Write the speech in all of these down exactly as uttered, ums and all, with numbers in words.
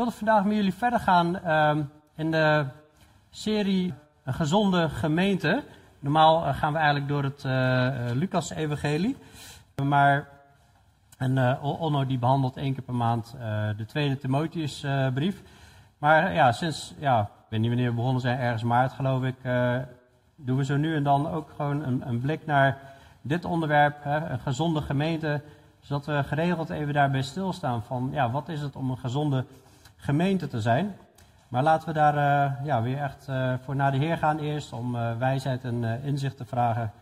wilde vandaag met jullie verder gaan uh, in de serie Een gezonde gemeente. Normaal uh, gaan we eigenlijk door het uh, uh, Lucas-evangelie. Maar en, uh, Onno die behandelt één keer per maand uh, de tweede Timotheusbrief. Uh, maar ja, sinds, ja, ik weet niet wanneer we begonnen zijn, ergens maart geloof ik, uh, doen we zo nu en dan ook gewoon een, een blik naar dit onderwerp, hè, een gezonde gemeente. Zodat we geregeld even daarbij stilstaan van, ja, wat is het om een gezonde gemeente te zijn? Maar laten we daar uh, ja, weer echt uh, voor naar de Heer gaan eerst, om uh, wijsheid en uh, inzicht te vragen.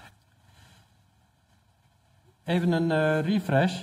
Even een uh, refresh.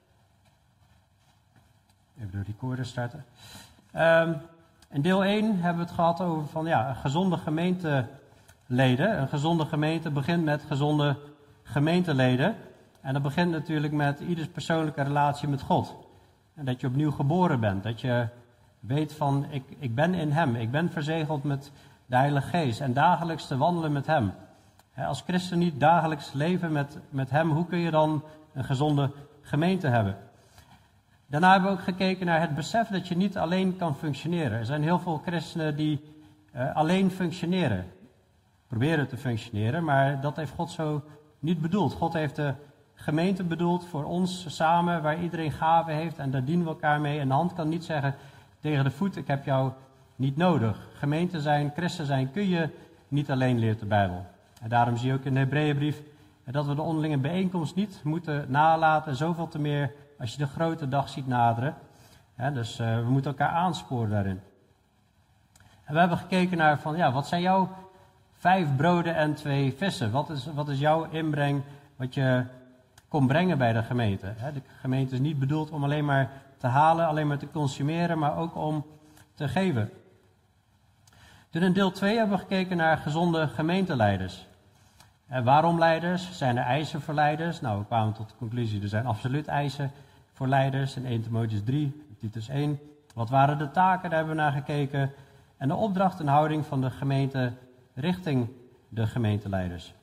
Even de recorder starten. Um, in deel één hebben we het gehad over van, ja, een gezonde gemeenteleden. Een gezonde gemeente begint met gezonde gemeenteleden. En dat begint natuurlijk met ieders persoonlijke relatie met God. En dat je opnieuw geboren bent. Dat je weet van, ik, ik ben in Hem. Ik ben verzegeld met de Heilige Geest. En dagelijks te wandelen met Hem. Als christen niet dagelijks leven met, met Hem, hoe kun je dan een gezonde gemeente hebben? Daarna hebben we ook gekeken naar het besef dat je niet alleen kan functioneren. Er zijn heel veel christenen die uh, alleen functioneren. Proberen te functioneren, maar dat heeft God zo niet bedoeld. God heeft de gemeente bedoeld voor ons samen, waar iedereen gaven heeft en daar dienen we elkaar mee. En de hand kan niet zeggen tegen de voet, ik heb jou niet nodig. Gemeente zijn, christen zijn, kun je niet alleen, leert de Bijbel. En daarom zie je ook in de Hebreeënbrief dat we de onderlinge bijeenkomst niet moeten nalaten, zoveel te meer als je de grote dag ziet naderen. Ja, dus uh, we moeten elkaar aansporen daarin. En we hebben gekeken naar van, ja, wat zijn jouw vijf broden en twee vissen? Wat is, wat is jouw inbreng, wat je kon brengen bij de gemeente? Hè? De gemeente is niet bedoeld om alleen maar te halen, alleen maar te consumeren, maar ook om te geven. Toen in deel twee hebben we gekeken naar gezonde gemeenteleiders. En waarom leiders? Zijn er eisen voor leiders? Nou, we kwamen tot de conclusie, er zijn absoluut eisen voor leiders. In eerste Timotheüs drie, Titus één. Wat waren de taken? Daar hebben we naar gekeken. En de opdracht en houding van de gemeente richting de gemeenteleiders.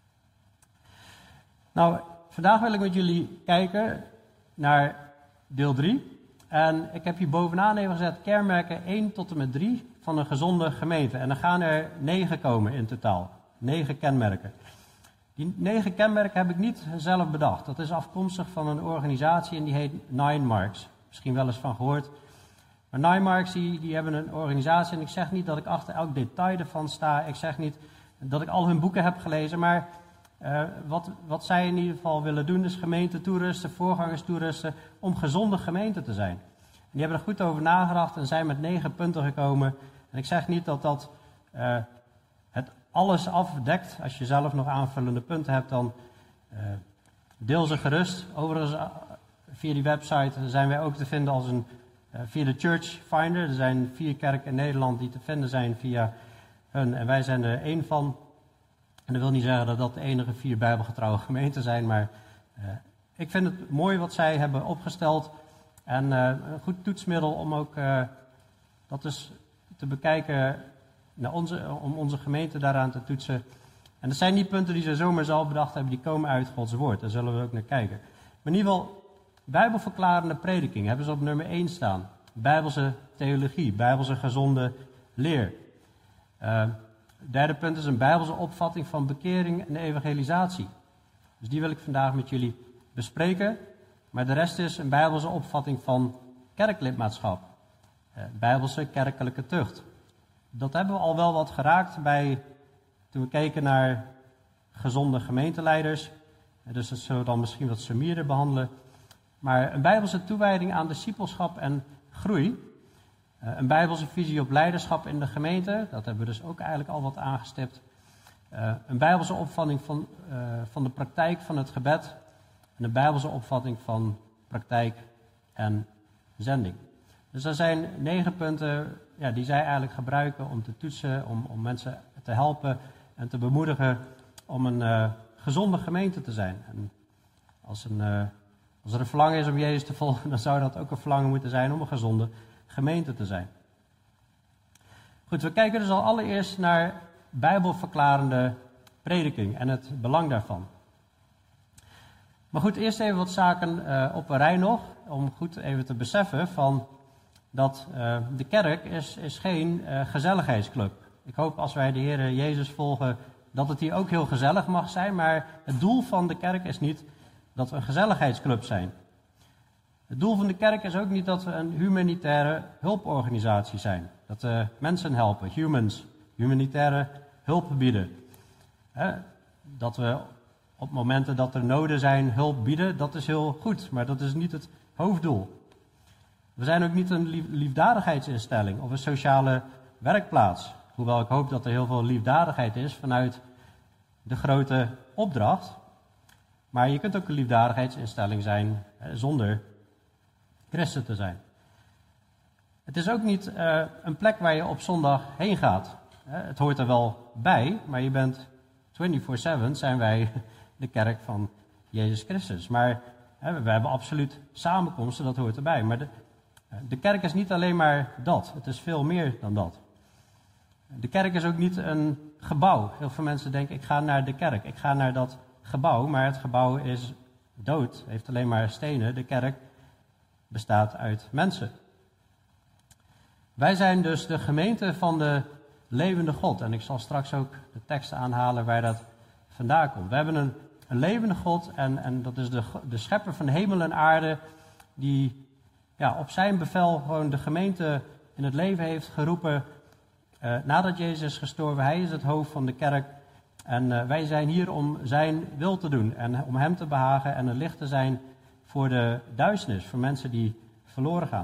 Nou, vandaag wil ik met jullie kijken naar deel drie. En ik heb hier bovenaan even gezet kenmerken één tot en met drie van een gezonde gemeente. En er gaan er negen komen in totaal. Negen kenmerken. Die negen kenmerken heb ik niet zelf bedacht. Dat is afkomstig van een organisatie en die heet Nine Marks. Misschien wel eens van gehoord. Maar Nine Marks die, die hebben een organisatie en ik zeg niet dat ik achter elk detail ervan sta. Ik zeg niet dat ik al hun boeken heb gelezen. Maar uh, wat, wat zij in ieder geval willen doen is gemeenten toerusten, voorgangers toerusten om gezonde gemeente te zijn. En die hebben er goed over nagedacht en zijn met negen punten gekomen. En ik zeg niet dat dat uh, het alles afdekt. Als je zelf nog aanvullende punten hebt, dan uh, deel ze gerust. Overigens, uh, via die website zijn wij ook te vinden als een, uh, via de Church Finder. Er zijn vier kerken in Nederland die te vinden zijn via hun. En wij zijn er één van. En dat wil niet zeggen dat dat de enige vier bijbelgetrouwe gemeenten zijn. Maar uh, ik vind het mooi wat zij hebben opgesteld. En uh, een goed toetsmiddel om ook uh, dat dus te bekijken, naar onze, om onze gemeente daaraan te toetsen. En dat zijn niet punten die ze zomaar zelf bedacht hebben, die komen uit Gods woord. Daar zullen we ook naar kijken. Maar in ieder geval, bijbelverklarende prediking hebben ze op nummer één staan. Bijbelse theologie, bijbelse gezonde leer. Uh, derde punt is een bijbelse opvatting van bekering en evangelisatie. Dus die wil ik vandaag met jullie bespreken. Maar de rest is een bijbelse opvatting van kerklidmaatschap. Uh, bijbelse kerkelijke tucht. Dat hebben we al wel wat geraakt bij, toen we keken naar gezonde gemeenteleiders. Dus dat zullen we dan misschien wat summierder behandelen. Maar een bijbelse toewijding aan discipelschap en groei. Uh, een bijbelse visie op leiderschap in de gemeente. Dat hebben we dus ook eigenlijk al wat aangestipt. Uh, een bijbelse opvatting van, uh, van de praktijk van het gebed. En een bijbelse opvatting van praktijk en zending. Dus er zijn negen punten, ja, die zij eigenlijk gebruiken om te toetsen, om, om mensen te helpen en te bemoedigen om een uh, gezonde gemeente te zijn. En als, een, uh, als er een verlangen is om Jezus te volgen, dan zou dat ook een verlangen moeten zijn om een gezonde gemeente te zijn. Goed, we kijken dus al allereerst naar bijbelverklarende prediking en het belang daarvan. Maar goed, eerst even wat zaken uh, op een rij nog, om goed even te beseffen van dat uh, de kerk is, is geen uh, gezelligheidsclub. Ik hoop als wij de Heer Jezus volgen dat het hier ook heel gezellig mag zijn, maar het doel van de kerk is niet dat we een gezelligheidsclub zijn. Het doel van de kerk is ook niet dat we een humanitaire hulporganisatie zijn. Dat we mensen helpen, humans, humanitaire hulp bieden. He, dat we op momenten dat er noden zijn hulp bieden, dat is heel goed, maar dat is niet het hoofddoel. We zijn ook niet een lief, liefdadigheidsinstelling of een sociale werkplaats. Hoewel ik hoop dat er heel veel liefdadigheid is vanuit de grote opdracht. Maar je kunt ook een liefdadigheidsinstelling zijn hè, zonder christen te zijn. Het is ook niet uh, een plek waar je op zondag heen gaat. Hè, het hoort er wel bij, maar je bent vierentwintig zeven zijn wij de kerk van Jezus Christus. Maar hè, we hebben absoluut samenkomsten, dat hoort erbij. Maar de, de kerk is niet alleen maar dat. Het is veel meer dan dat. De kerk is ook niet een gebouw. Heel veel mensen denken, ik ga naar de kerk. Ik ga naar dat gebouw, maar het gebouw is dood. Heeft alleen maar stenen. De kerk bestaat uit mensen. Wij zijn dus de gemeente van de levende God. En ik zal straks ook de teksten aanhalen waar dat vandaan komt. We hebben een, een levende God en, en dat is de, de schepper van hemel en aarde, die ja, op zijn bevel gewoon de gemeente in het leven heeft geroepen. Uh, nadat Jezus is gestorven, hij is het hoofd van de kerk. En uh, wij zijn hier om zijn wil te doen en om hem te behagen en een licht te zijn voor de duisternis, voor mensen die verloren gaan.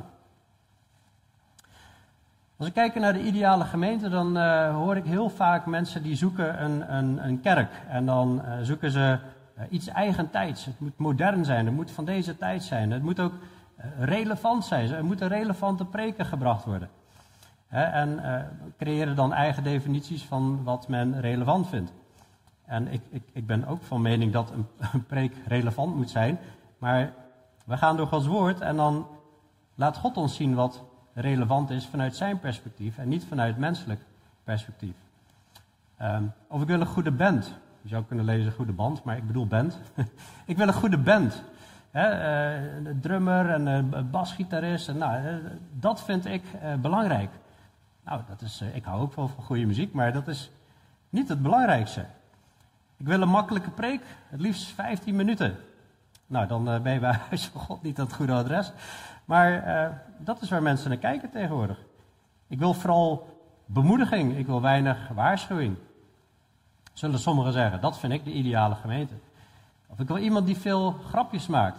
Als we kijken naar de ideale gemeente, dan uh, hoor ik heel vaak mensen die zoeken een, een, een kerk. En dan uh, zoeken ze uh, iets eigentijds. Het moet modern zijn, het moet van deze tijd zijn. Het moet ook uh, relevant zijn, er moeten relevante preken gebracht worden. He, en uh, creëren dan eigen definities van wat men relevant vindt. En ik, ik, ik ben ook van mening dat een, een preek relevant moet zijn. Maar we gaan door Gods woord en dan laat God ons zien wat relevant is vanuit zijn perspectief en niet vanuit menselijk perspectief. Um, of ik wil een goede band. Je zou kunnen lezen goede band, maar ik bedoel band. Ik wil een goede band. He, uh, drummer en uh, basgitarist. En, nou, uh, dat vind ik uh, belangrijk. Nou, dat is, uh, ik hou ook wel van goede muziek, maar dat is niet het belangrijkste. Ik wil een makkelijke preek, het liefst vijftien minuten. Nou, dan uh, ben je bij Huis van God niet dat goede adres. Maar uh, dat is waar mensen naar kijken tegenwoordig. Ik wil vooral bemoediging, ik wil weinig waarschuwing. Zullen sommigen zeggen, dat vind ik de ideale gemeente. Of ik wil iemand die veel grapjes maakt.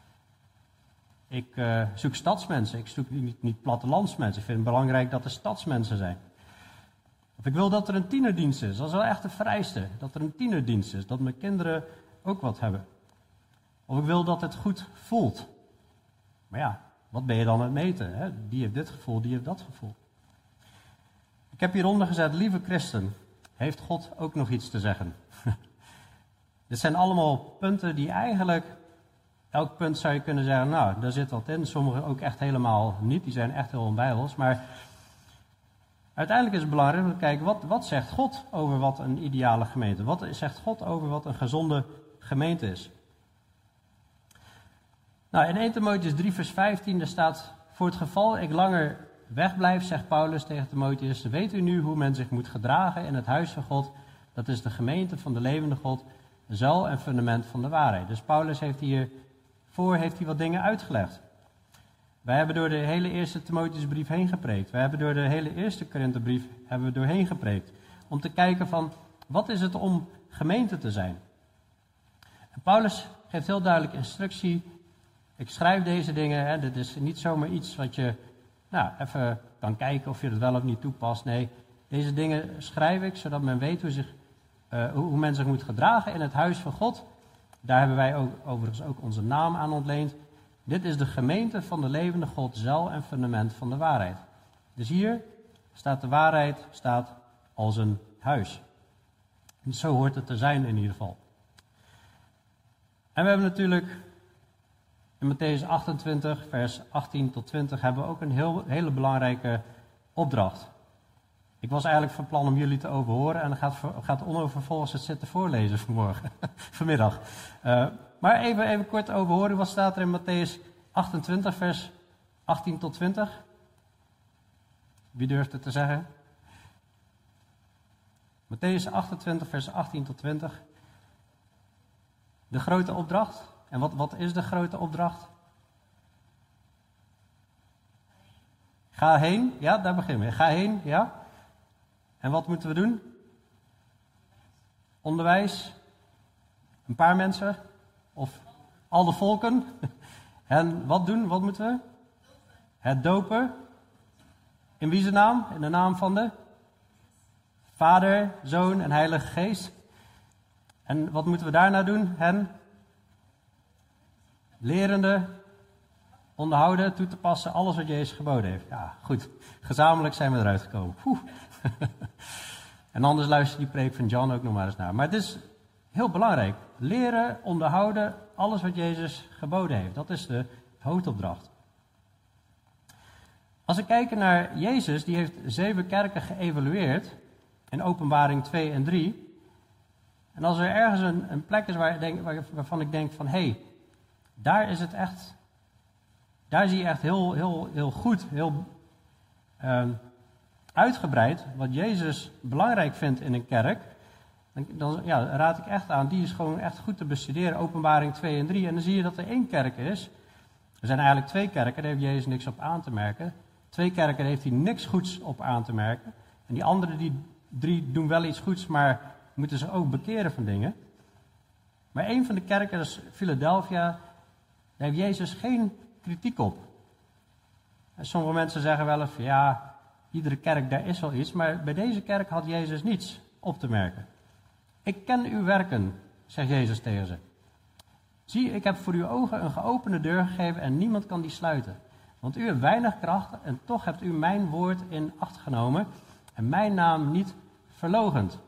Ik uh, zoek stadsmensen, ik zoek niet, niet plattelandsmensen. Ik vind het belangrijk dat er stadsmensen zijn. Of ik wil dat er een tienerdienst is, dat is wel echt de vereiste. Dat er een tienerdienst is, dat mijn kinderen ook wat hebben. Of ik wil dat het goed voelt. Maar ja, wat ben je dan aan het meten? Hè? Die heeft dit gevoel, die heeft dat gevoel. Ik heb hieronder gezet, lieve christen, heeft God ook nog iets te zeggen? Dit zijn allemaal punten die eigenlijk, elk punt zou je kunnen zeggen, nou, daar zit wat in. Sommige ook echt helemaal niet, die zijn echt heel onbijbels. Maar uiteindelijk is het belangrijk om te kijken, wat, wat zegt God over wat een ideale gemeente is? Wat zegt God over wat een gezonde gemeente is? Nou, in eerste Timotheüs drie vers vijftien, daar staat, voor het geval ik langer wegblijf, zegt Paulus tegen Timotheus, weet u nu hoe men zich moet gedragen in het huis van God, dat is de gemeente van de levende God, zuil en fundament van de waarheid. Dus Paulus heeft hiervoor heeft hij wat dingen uitgelegd. Wij hebben door de hele eerste Timotheusbrief heen gepreekt. Wij hebben door de hele eerste Korinthebrief hebben we doorheen gepreekt. Om te kijken van, wat is het om gemeente te zijn? En Paulus geeft heel duidelijk instructie. Ik schrijf deze dingen, hè, dit is niet zomaar iets wat je nou, even kan kijken of je het wel of niet toepast. Nee, deze dingen schrijf ik zodat men weet hoe, zich, uh, hoe men zich moet gedragen in het huis van God. Daar hebben wij ook, overigens ook onze naam aan ontleend. Dit is de gemeente van de levende God, zuil en fundament van de waarheid. Dus hier staat de waarheid staat als een huis. En zo hoort het te zijn in ieder geval. En we hebben natuurlijk in Mattheüs achtentwintig, vers achttien tot twintig, hebben we ook een heel, hele belangrijke opdracht. Ik was eigenlijk van plan om jullie te overhoren en dan gaat, gaat Onno vervolgens het zitten voorlezen vanmorgen, vanmiddag. Uh, maar even, even kort overhoren, wat staat er in Mattheüs achtentwintig, vers achttien tot twintig? Wie durft het te zeggen? Mattheüs achtentwintig, vers achttien tot twintig. De grote opdracht. En wat, wat is de grote opdracht? Ga heen. Ja, daar beginnen we. Ga heen, ja. En wat moeten we doen? Onderwijs. Een paar mensen. Of al de volken. En wat doen? Wat moeten we? Het dopen. In wie zijn naam? In de naam van de Vader, Zoon en Heilige Geest. En wat moeten we daarna doen? Hen lerende, onderhouden, toe te passen, alles wat Jezus geboden heeft. Ja, goed. Gezamenlijk zijn we eruit gekomen. En anders luister die preek van John ook nog maar eens naar. Maar het is heel belangrijk. Leren, onderhouden, alles wat Jezus geboden heeft. Dat is de hoofdopdracht. Als we kijken naar Jezus, die heeft zeven kerken geëvalueerd. In Openbaring twee en drie. En als er ergens een, een plek is waar ik denk, waar, waarvan ik denk van... hé, hey, daar is het echt... Daar zie je echt heel, heel, heel goed, heel uh, uitgebreid... wat Jezus belangrijk vindt in een kerk. Dan, dan ja, raad ik echt aan, die is gewoon echt goed te bestuderen. Openbaring twee en drie. En dan zie je dat er één kerk is. Er zijn eigenlijk twee kerken, daar heeft Jezus niks op aan te merken. Twee kerken, daar heeft hij niks goeds op aan te merken. En die andere die... Drie doen wel iets goeds, maar moeten ze ook bekeren van dingen. Maar een van de kerken, dat is Philadelphia, daar heeft Jezus geen kritiek op. En sommige mensen zeggen wel eens, ja, iedere kerk, daar is wel iets. Maar bij deze kerk had Jezus niets op te merken. Ik ken uw werken, zegt Jezus tegen ze. Zie, ik heb voor uw ogen een geopende deur gegeven en niemand kan die sluiten. Want u hebt weinig kracht en toch hebt u mijn woord in acht genomen... en mijn naam niet verloochend.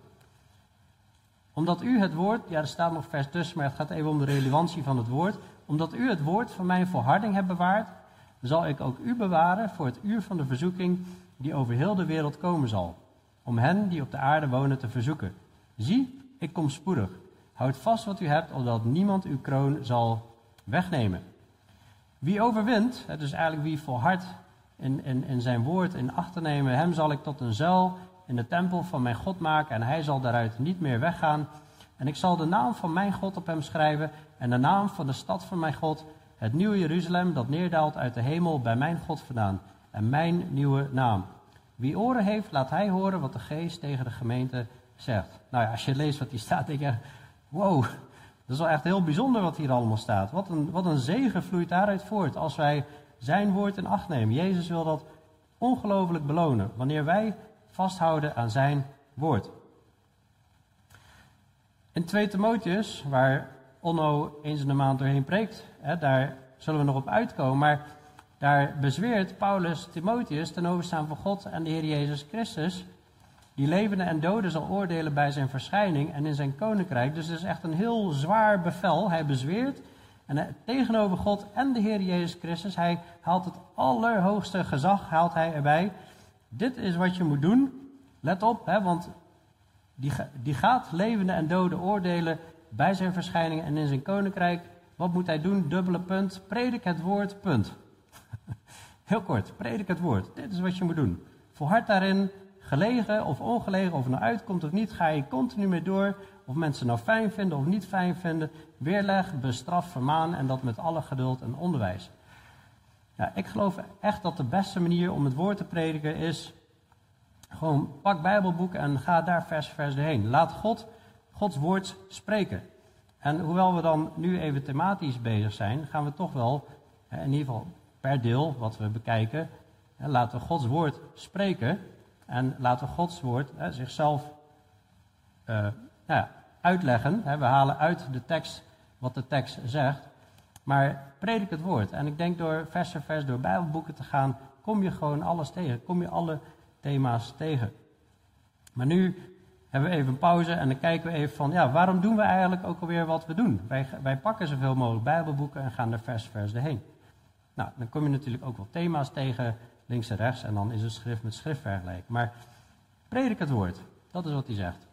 Omdat u het woord, ja er staat nog vers tussen, maar het gaat even om de relevantie van het woord. Omdat u het woord van mijn volharding hebt bewaard, zal ik ook u bewaren voor het uur van de verzoeking die over heel de wereld komen zal. Om hen die op de aarde wonen te verzoeken. Zie, ik kom spoedig. Houd vast wat u hebt, opdat niemand uw kroon zal wegnemen. Wie overwint, dus eigenlijk wie volhardt In, in, in zijn woord in acht te nemen, hem zal ik tot een zuil in de tempel van mijn God maken en hij zal daaruit niet meer weggaan. En ik zal de naam van mijn God op hem schrijven en de naam van de stad van mijn God, het nieuwe Jeruzalem dat neerdaalt uit de hemel bij mijn God vandaan en mijn nieuwe naam. Wie oren heeft, laat hij horen wat de geest tegen de gemeente zegt. Nou ja, als je leest wat hier staat, denk je, wow, dat is wel echt heel bijzonder wat hier allemaal staat. Wat een, wat een zegen vloeit daaruit voort als wij zijn woord in acht nemen. Jezus wil dat ongelooflijk belonen, wanneer wij vasthouden aan zijn woord. In twee Timotheüs, waar Onno eens in de maand doorheen preekt, hè, daar zullen we nog op uitkomen, maar daar bezweert Paulus Timotheus ten overstaan van God en de Heer Jezus Christus, die levenden en doden zal oordelen bij zijn verschijning en in zijn koninkrijk. Dus het is echt een heel zwaar bevel. Hij bezweert en tegenover God en de Heer Jezus Christus, hij haalt het allerhoogste gezag, haalt hij erbij. Dit is wat je moet doen. Let op, hè, want die, die gaat levenden en doden oordelen bij zijn verschijning en in zijn koninkrijk. Wat moet hij doen? Dubbele punt. Predik het woord, punt. Heel kort, predik het woord. Dit is wat je moet doen. Volhard daarin, gelegen of ongelegen, of het nou uitkomt of niet, ga je continu mee door. Of mensen nou fijn vinden of niet fijn vinden. Weerleg, bestraf, vermaan en dat met alle geduld en onderwijs. Ja, ik geloof echt dat de beste manier om het woord te prediken is, gewoon pak Bijbelboeken en ga daar vers voor vers doorheen. Laat God, Gods woord spreken. En hoewel we dan nu even thematisch bezig zijn, gaan we toch wel, in ieder geval per deel wat we bekijken, laten we Gods woord spreken. En laten we Gods woord hè, zichzelf uh, nou ja, uitleggen. Hè, we halen uit de tekst wat de tekst zegt. Maar predik het woord. En ik denk door vers voor vers, door Bijbelboeken te gaan, kom je gewoon alles tegen. Kom je alle thema's tegen. Maar nu hebben we even een pauze en dan kijken we even van, ja, waarom doen we eigenlijk ook alweer wat we doen? Wij, wij pakken zoveel mogelijk Bijbelboeken en gaan er vers voor vers doorheen. Nou, dan kom je natuurlijk ook wel thema's tegen, links en rechts, en dan is het schrift met schrift vergelijken. Maar predik het woord, dat is wat hij zegt.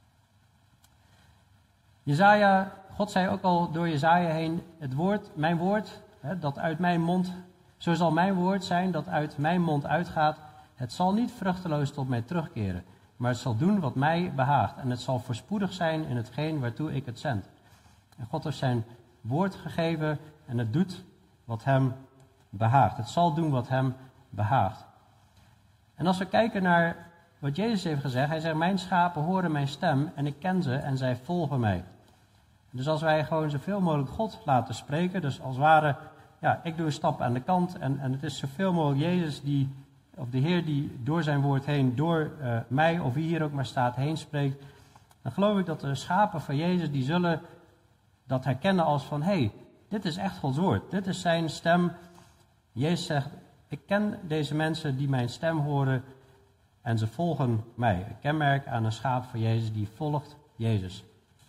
Jezaja, God zei ook al door Jezaja heen, het woord, mijn woord, hè, dat uit mijn mond, zo zal mijn woord zijn dat uit mijn mond uitgaat. het zal niet vruchteloos tot mij terugkeren, maar het zal doen wat mij behaagt. En het zal voorspoedig zijn in hetgeen waartoe ik het zend. En God heeft zijn woord gegeven en het doet wat hem behaagt. Het zal doen wat hem behaagt. En als we kijken naar wat Jezus heeft gezegd, hij zegt, mijn schapen horen mijn stem en ik ken ze en zij volgen mij. Dus als wij gewoon zoveel mogelijk God laten spreken, dus als het ware, ja, ik doe een stap aan de kant en, en het is zoveel mogelijk Jezus die, of de Heer die door zijn woord heen, door uh, mij of wie hier ook maar staat, heen spreekt, dan geloof ik dat de schapen van Jezus, die zullen dat herkennen als van, hé, hey, dit is echt Gods woord, dit is zijn stem. Jezus zegt, ik ken deze mensen die mijn stem horen en ze volgen mij. Een kenmerk aan een schaap van Jezus, die volgt Jezus.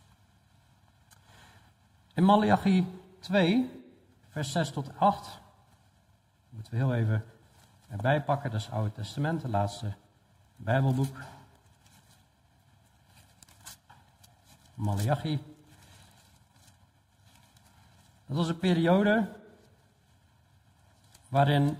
In Maleachi twee, vers zes tot acht, moeten we heel even erbij pakken, dat is het Oude Testament, het laatste Bijbelboek. Maleachi. Dat was een periode waarin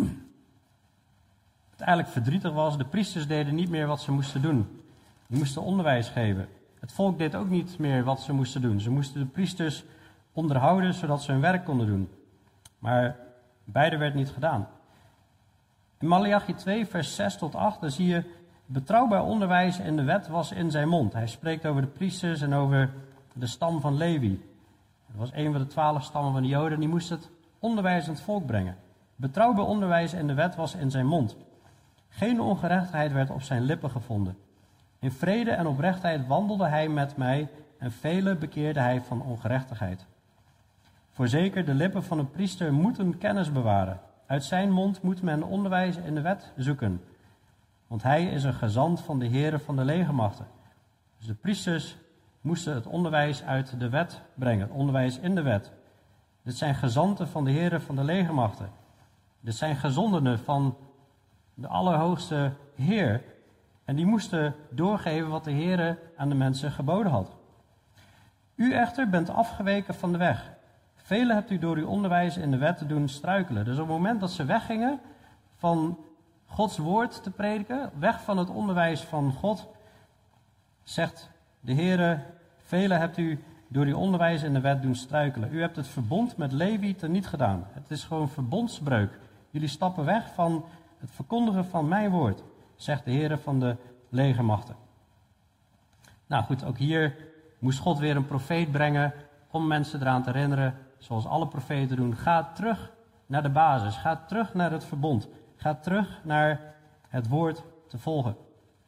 het eigenlijk verdrietig was. De priesters deden niet meer wat ze moesten doen. Die moesten onderwijs geven. Het volk deed ook niet meer wat ze moesten doen. Ze moesten de priesters onderhouden zodat ze hun werk konden doen. Maar beide werd niet gedaan. In Maleachi twee, vers zes tot acht, dan zie je, betrouwbaar onderwijs in de wet was in zijn mond. Hij spreekt over de priesters en over de stam van Levi. Dat was een van de twaalf stammen van de Joden, die moest het onderwijs aan het volk brengen. Betrouwbaar onderwijs in de wet was in zijn mond. Geen ongerechtigheid werd op zijn lippen gevonden. In vrede en oprechtheid wandelde hij met mij en velen bekeerde hij van ongerechtigheid. Voorzeker, de lippen van een priester moeten kennis bewaren. Uit zijn mond moet men onderwijs in de wet zoeken. Want hij is een gezant van de Heere van de legermachten. Dus de priesters moesten het onderwijs uit de wet brengen, het onderwijs in de wet. Dit zijn gezanten van de Heere van de legermachten. Dit zijn gezondenen van de Allerhoogste Heer. En die moesten doorgeven wat de Heere aan de mensen geboden had. U echter bent afgeweken van de weg. Velen hebt u door uw onderwijs in de wet te doen struikelen. Dus op het moment dat ze weggingen van Gods woord te prediken, weg van het onderwijs van God, zegt de Heere, velen hebt u door uw onderwijs in de wet doen struikelen. U hebt het verbond met Levi teniet gedaan. Het is gewoon verbondsbreuk. Jullie stappen weg van het verkondigen van mijn woord, zegt de Heere van de legermachten. Nou goed, ook hier moest God weer een profeet brengen om mensen eraan te herinneren, zoals alle profeten doen. Ga terug naar de basis, ga terug naar het verbond, ga terug naar het woord te volgen.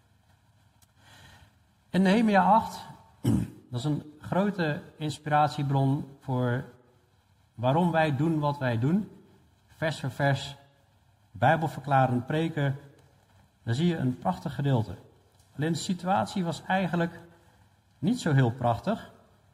In Nehemia acht, dat is een grote inspiratiebron voor waarom wij doen wat wij doen. Vers voor vers, bijbelverklarend preken, dan zie je een prachtig gedeelte. Alleen de situatie was eigenlijk niet zo heel prachtig.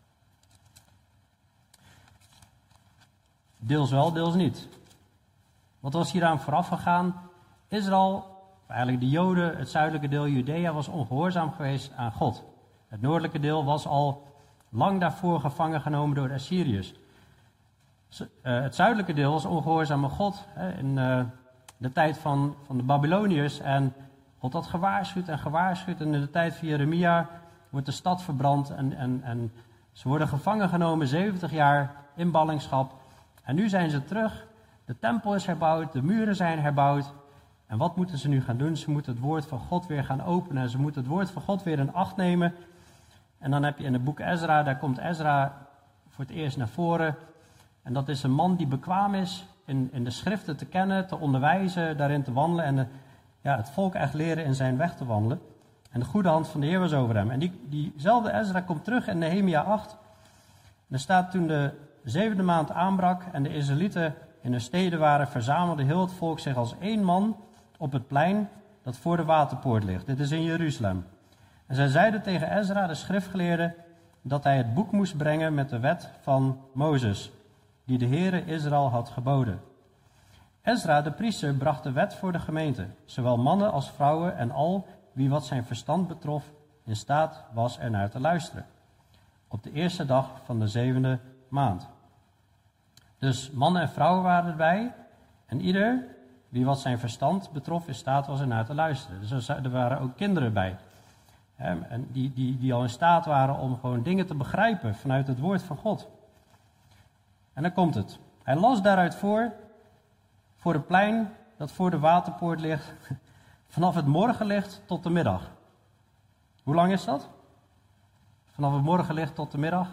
Deels wel, deels niet. Wat was hieraan vooraf gegaan? Israël, eigenlijk de Joden, het zuidelijke deel Judea, was ongehoorzaam geweest aan God. Het noordelijke deel was al lang daarvoor gevangen genomen door de Assyriërs. Het zuidelijke deel was ongehoorzaam aan God in de tijd van, van de Babyloniërs. En God had gewaarschuwd en gewaarschuwd. En in de tijd van Jeremia wordt de stad verbrand. En, en, en ze worden gevangen genomen, zeventig jaar in ballingschap. En nu zijn ze terug. De tempel is herbouwd, de muren zijn herbouwd. En wat moeten ze nu gaan doen? Ze moeten het woord van God weer gaan openen. Ze moeten het woord van God weer in acht nemen. En dan heb je in het boek Ezra, daar komt Ezra voor het eerst naar voren. En dat is een man die bekwaam is in, in de schriften te kennen, te onderwijzen, daarin te wandelen. En de, ja, het volk echt leren in zijn weg te wandelen. En de goede hand van de Heer was over hem. En die, diezelfde Ezra komt terug in Nehemia acht. En er staat, toen de zevende maand aanbrak en de Israëlieten in hun steden waren, verzamelde heel het volk zich als één man op het plein dat voor de waterpoort ligt. Dit is in Jeruzalem. En zij zeiden tegen Ezra, de schriftgeleerde, dat hij het boek moest brengen met de wet van Mozes, die de Heere Israël had geboden. Ezra, de priester, bracht de wet voor de gemeente, zowel mannen als vrouwen en al wie wat zijn verstand betrof in staat was ernaar te luisteren. Op de eerste dag van de zevende maand. Dus mannen en vrouwen waren erbij en ieder wie wat zijn verstand betrof in staat was ernaar te luisteren. Dus er waren ook kinderen bij. Hè, en die, die, die al in staat waren om gewoon dingen te begrijpen vanuit het woord van God. En dan komt het. Hij las daaruit voor, voor het plein dat voor de waterpoort ligt, vanaf het morgenlicht tot de middag. Hoe lang is dat? Vanaf het morgenlicht tot de middag?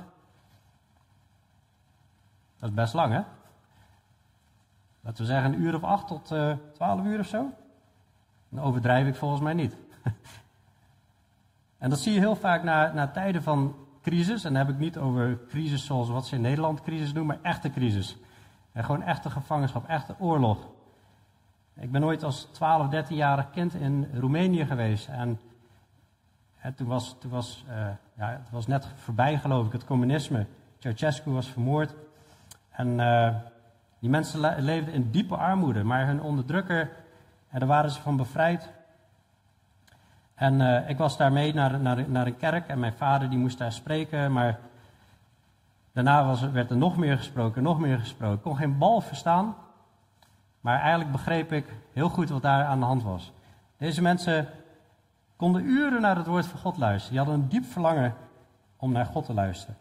Dat is best lang, hè? Laten we zeggen een uur of acht tot uh, twaalf uur of zo. Dan overdrijf ik volgens mij niet. En dat zie je heel vaak na, na tijden van crisis. En dan heb ik niet over crisis zoals wat ze in Nederland crisis noemen, maar echte crisis. En gewoon echte gevangenschap, echte oorlog. Ik ben ooit als twaalf, dertienjarig kind in Roemenië geweest. En, en toen was, toen was uh, ja, het was net voorbij geloof ik, het communisme. Ceausescu was vermoord. En uh, die mensen le- leefden in diepe armoede. Maar hun onderdrukker, en daar waren ze van bevrijd. En uh, ik was daarmee naar, naar, naar een kerk en mijn vader die moest daar spreken. Maar daarna was, werd er nog meer gesproken, nog meer gesproken. Ik kon geen bal verstaan. Maar eigenlijk begreep ik heel goed wat daar aan de hand was. Deze mensen konden uren naar het woord van God luisteren. Die hadden een diep verlangen om naar God te luisteren.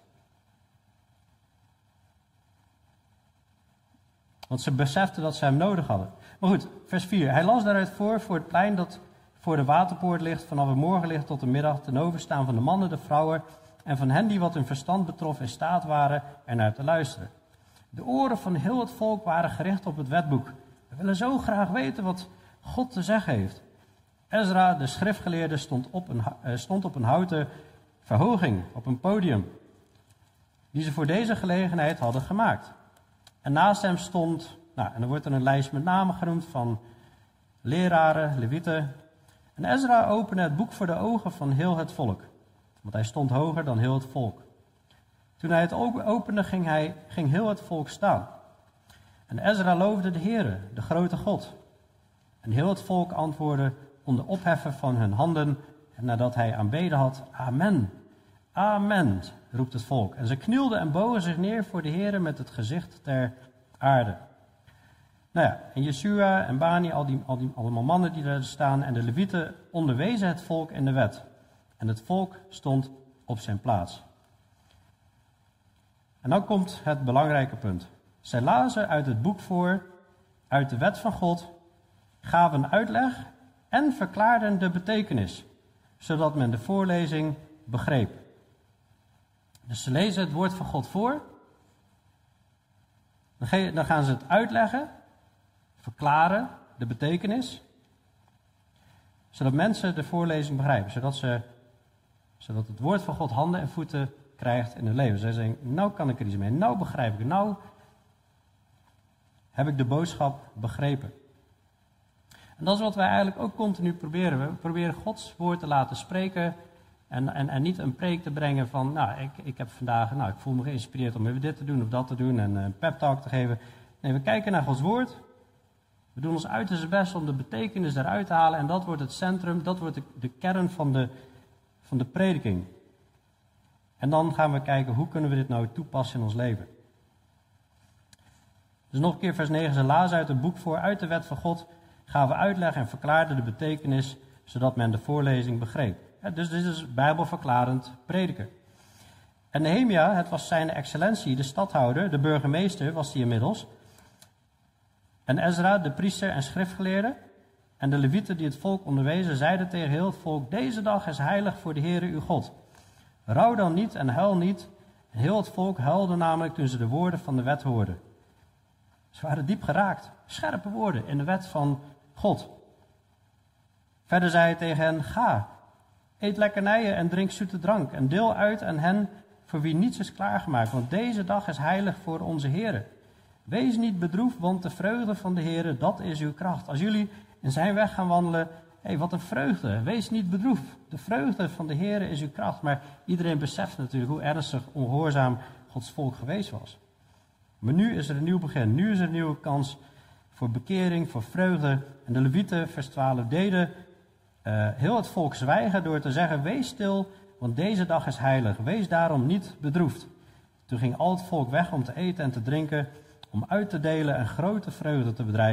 Want ze beseften dat ze hem nodig hadden. Maar goed, vers vier. Hij las daaruit voor, voor het plein dat voor de waterpoort ligt, vanaf het morgenlicht tot de middag, ten overstaan van de mannen, de vrouwen en van hen die wat hun verstand betrof in staat waren ernaar te luisteren. De oren van heel het volk waren gericht op het wetboek. We willen zo graag weten wat God te zeggen heeft. Ezra, de schriftgeleerde, stond op een, uh, stond op een houten verhoging, op een podium, die ze voor deze gelegenheid hadden gemaakt. En naast hem stond, nou, en er wordt er een lijst met namen genoemd van leraren, levieten. En Ezra opende het boek voor de ogen van heel het volk, want hij stond hoger dan heel het volk. Toen hij het opende, ging, hij, ging heel het volk staan. En Ezra loofde de Heere, de grote God. En heel het volk antwoordde onder opheffen van hun handen. En nadat hij aanbeden had, amen, amen, roept het volk. En ze knielden en bogen zich neer voor de Heere met het gezicht ter aarde. Nou ja, en Jesua en Bani, al die, al die allemaal mannen die daar staan, en de Levieten onderwezen het volk in de wet. En het volk stond op zijn plaats. En dan komt het belangrijke punt. Zij lazen uit het boek voor, uit de wet van God, gaven uitleg en verklaarden de betekenis, zodat men de voorlezing begreep. Dus ze lezen het woord van God voor, dan gaan ze het uitleggen, verklaren de betekenis, zodat mensen de voorlezing begrijpen, zodat, ze, zodat het woord van God handen en voeten krijgt in hun leven. Zij zeggen, nou kan ik er iets mee, nou begrijp ik het, nou heb ik de boodschap begrepen. En dat is wat wij eigenlijk ook continu proberen. We proberen Gods woord te laten spreken en, en, en niet een preek te brengen van, nou, ik, ik heb vandaag, nou, ik voel me geïnspireerd om even dit te doen of dat te doen en een pep talk te geven. Nee, we kijken naar Gods woord. We doen ons uiterste best om de betekenis eruit te halen en dat wordt het centrum, dat wordt de, de kern van de, van de prediking. En dan gaan we kijken, hoe kunnen we dit nou toepassen in ons leven. Dus nog een keer vers negen, ze lazen uit het boek voor, uit de wet van God, gaven uitleg en verklaarden de betekenis, zodat men de voorlezing begreep. Ja, dus dit is bijbelverklarend prediken. En Nehemia, het was zijn excellentie, de stadhouder, de burgemeester was die inmiddels. En Ezra, de priester en schriftgeleerde, en de levieten die het volk onderwezen, zeiden tegen heel het volk, deze dag is heilig voor de Heere uw God. Rouw dan niet en huil niet. En heel het volk huilde namelijk toen ze de woorden van de wet hoorden. Ze waren diep geraakt, scherpe woorden in de wet van God. Verder zei hij tegen hen, ga, eet lekkernijen en drink zoete drank en deel uit aan hen voor wie niets is klaargemaakt, want deze dag is heilig voor onze Heere. Wees niet bedroefd, want de vreugde van de Heere, dat is uw kracht. Als jullie in zijn weg gaan wandelen, hé, hey, wat een vreugde. Wees niet bedroefd. De vreugde van de Heere is uw kracht. Maar iedereen beseft natuurlijk hoe ernstig ongehoorzaam Gods volk geweest was. Maar nu is er een nieuw begin. Nu is er een nieuwe kans voor bekering, voor vreugde. En de Levieten, vers twaalf, deden uh, heel het volk zwijgen door te zeggen, wees stil, want deze dag is heilig. Wees daarom niet bedroefd. Toen ging al het volk weg om te eten en te drinken, om uit te delen en grote vreugde te bedrijven,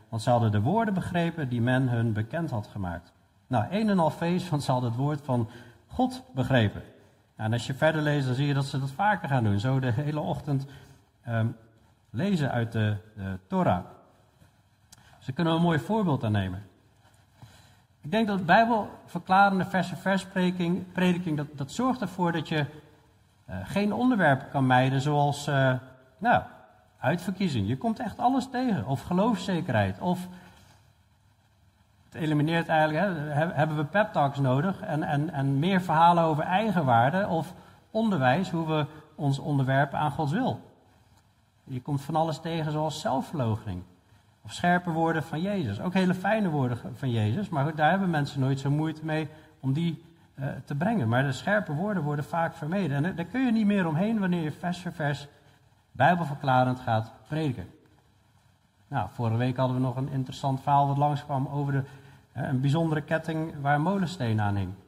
want ze hadden de woorden begrepen die men hun bekend had gemaakt. Nou, een en al feest, want ze hadden het woord van God begrepen. Nou, en als je verder leest, dan zie je dat ze dat vaker gaan doen. Zo de hele ochtend um, lezen uit de, de Torah. Dus daar kunnen we een mooi voorbeeld aan nemen. Ik denk dat bijbelverklarende vers-vers-prediking, prediking, dat, dat zorgt ervoor dat je uh, geen onderwerpen kan mijden zoals uh, nou, uitverkiezing. Je komt echt alles tegen. Of geloofszekerheid. Of het elimineert eigenlijk, hè, hebben we pep talks nodig en, en, en meer verhalen over eigenwaarde of onderwijs, hoe we ons onderwerpen aan Gods wil. Je komt van alles tegen zoals zelfverloochening. Of scherpe woorden van Jezus. Ook hele fijne woorden van Jezus. Maar goed, daar hebben mensen nooit zo moeite mee om die uh, te brengen. Maar de scherpe woorden worden vaak vermeden. En daar kun je niet meer omheen wanneer je vers voor vers bijbelverklarend gaat prediken. Nou, vorige week hadden we nog een interessant verhaal dat langskwam over de, uh, een bijzondere ketting waar een molensteen aan hing.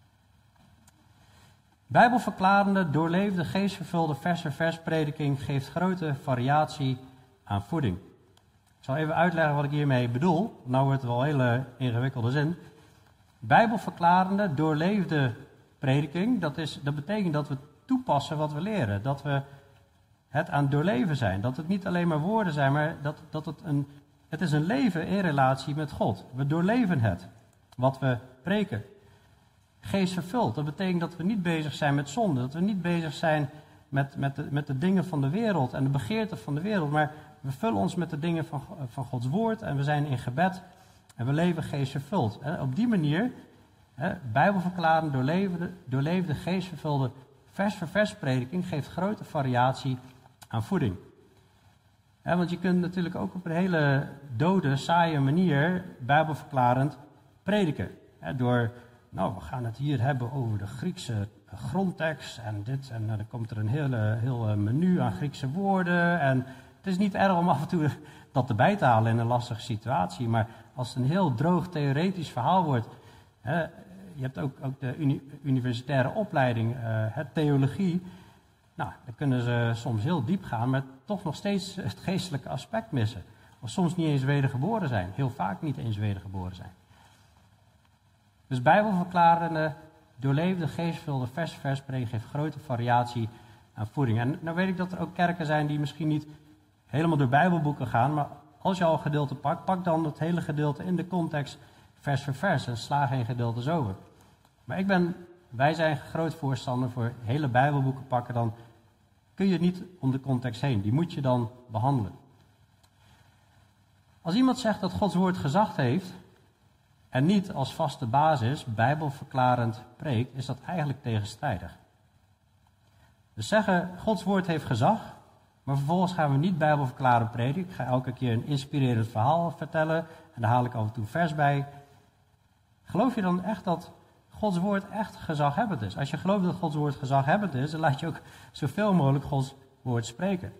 Bijbelverklarende, doorleefde, geestvervulde vers voor vers prediking geeft grote variatie aan voeding. Ik zal even uitleggen wat ik hiermee bedoel. Nou wordt het wel een hele ingewikkelde zin. Bijbelverklarende, doorleefde prediking, dat, is, dat betekent dat we toepassen wat we leren. Dat we het aan het doorleven zijn. Dat het niet alleen maar woorden zijn, maar dat, dat het een... Het is een leven in relatie met God. We doorleven het, wat we preken. Geest vervuld, dat betekent dat we niet bezig zijn met zonde. Dat we niet bezig zijn met, met, de, met de dingen van de wereld en de begeerten van de wereld. Maar we vullen ons met de dingen van, van Gods woord en we zijn in gebed en we leven geest vervuld. En op die manier, hè, bijbelverklarend, doorleefde, doorleefde geest vervulde vers voor vers prediking geeft grote variatie aan voeding. Hè, want je kunt natuurlijk ook op een hele dode, saaie manier bijbelverklarend prediken. Hè, door, nou, we gaan het hier hebben over de Griekse grondtekst en dit. En uh, dan komt er een hele, heel menu aan Griekse woorden. En het is niet erg om af en toe dat erbij te halen in een lastige situatie. Maar als het een heel droog theoretisch verhaal wordt. Hè, je hebt ook, ook de uni, universitaire opleiding, uh, het theologie. Nou, dan kunnen ze soms heel diep gaan, maar toch nog steeds het geestelijke aspect missen. Of soms niet eens wedergeboren zijn. Heel vaak niet eens wedergeboren zijn. Dus bijbelverklarende, doorleefde, geestvervulde, vers vers prediking geeft grote variatie aan voeding. En nou weet ik dat er ook kerken zijn die misschien niet helemaal door bijbelboeken gaan, maar als je al een gedeelte pakt, pak dan het hele gedeelte in de context vers voor vers en sla geen gedeeltes over. Maar ik ben, wij zijn groot voorstander voor hele bijbelboeken pakken, dan kun je niet om de context heen. Die moet je dan behandelen. Als iemand zegt dat Gods woord gezag heeft en niet als vaste basis bijbelverklarend preekt, is dat eigenlijk tegenstrijdig. Dus zeggen, Gods woord heeft gezag, maar vervolgens gaan we niet bijbelverklarend prediken. Ik ga elke keer een inspirerend verhaal vertellen en daar haal ik af en toe een vers bij. Geloof je dan echt dat Gods woord echt gezaghebbend is? Als je gelooft dat Gods woord gezaghebbend is, dan laat je ook zoveel mogelijk Gods woord spreken.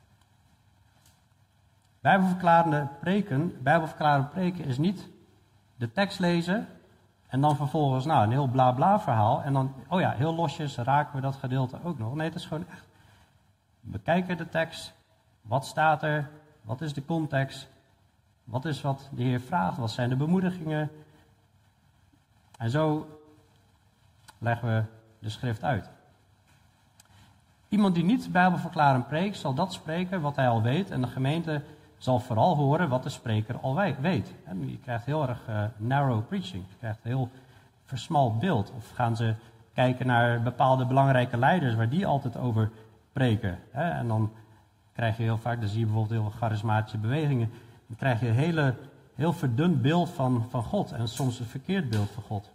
Bijbelverklarende preken, bijbelverklarend preken is niet de tekst lezen en dan vervolgens nou, een heel bla bla verhaal. En dan, oh ja, heel losjes raken we dat gedeelte ook nog. Nee, het is gewoon echt bekijken de tekst. Wat staat er? Wat is de context? Wat is wat de Heer vraagt? Wat zijn de bemoedigingen? En zo leggen we de schrift uit. Iemand die niet bijbelverklarend preekt, zal dat spreken wat hij al weet. En de gemeente zal vooral horen wat de spreker al weet. En je krijgt heel erg uh, narrow preaching. Je krijgt een heel versmalt beeld. Of gaan ze kijken naar bepaalde belangrijke leiders waar die altijd over preken. Hè? En dan krijg je heel vaak, dan zie je bijvoorbeeld heel veel charismatische bewegingen. Dan krijg je een hele, heel verdund beeld van, van God. En soms een verkeerd beeld van God.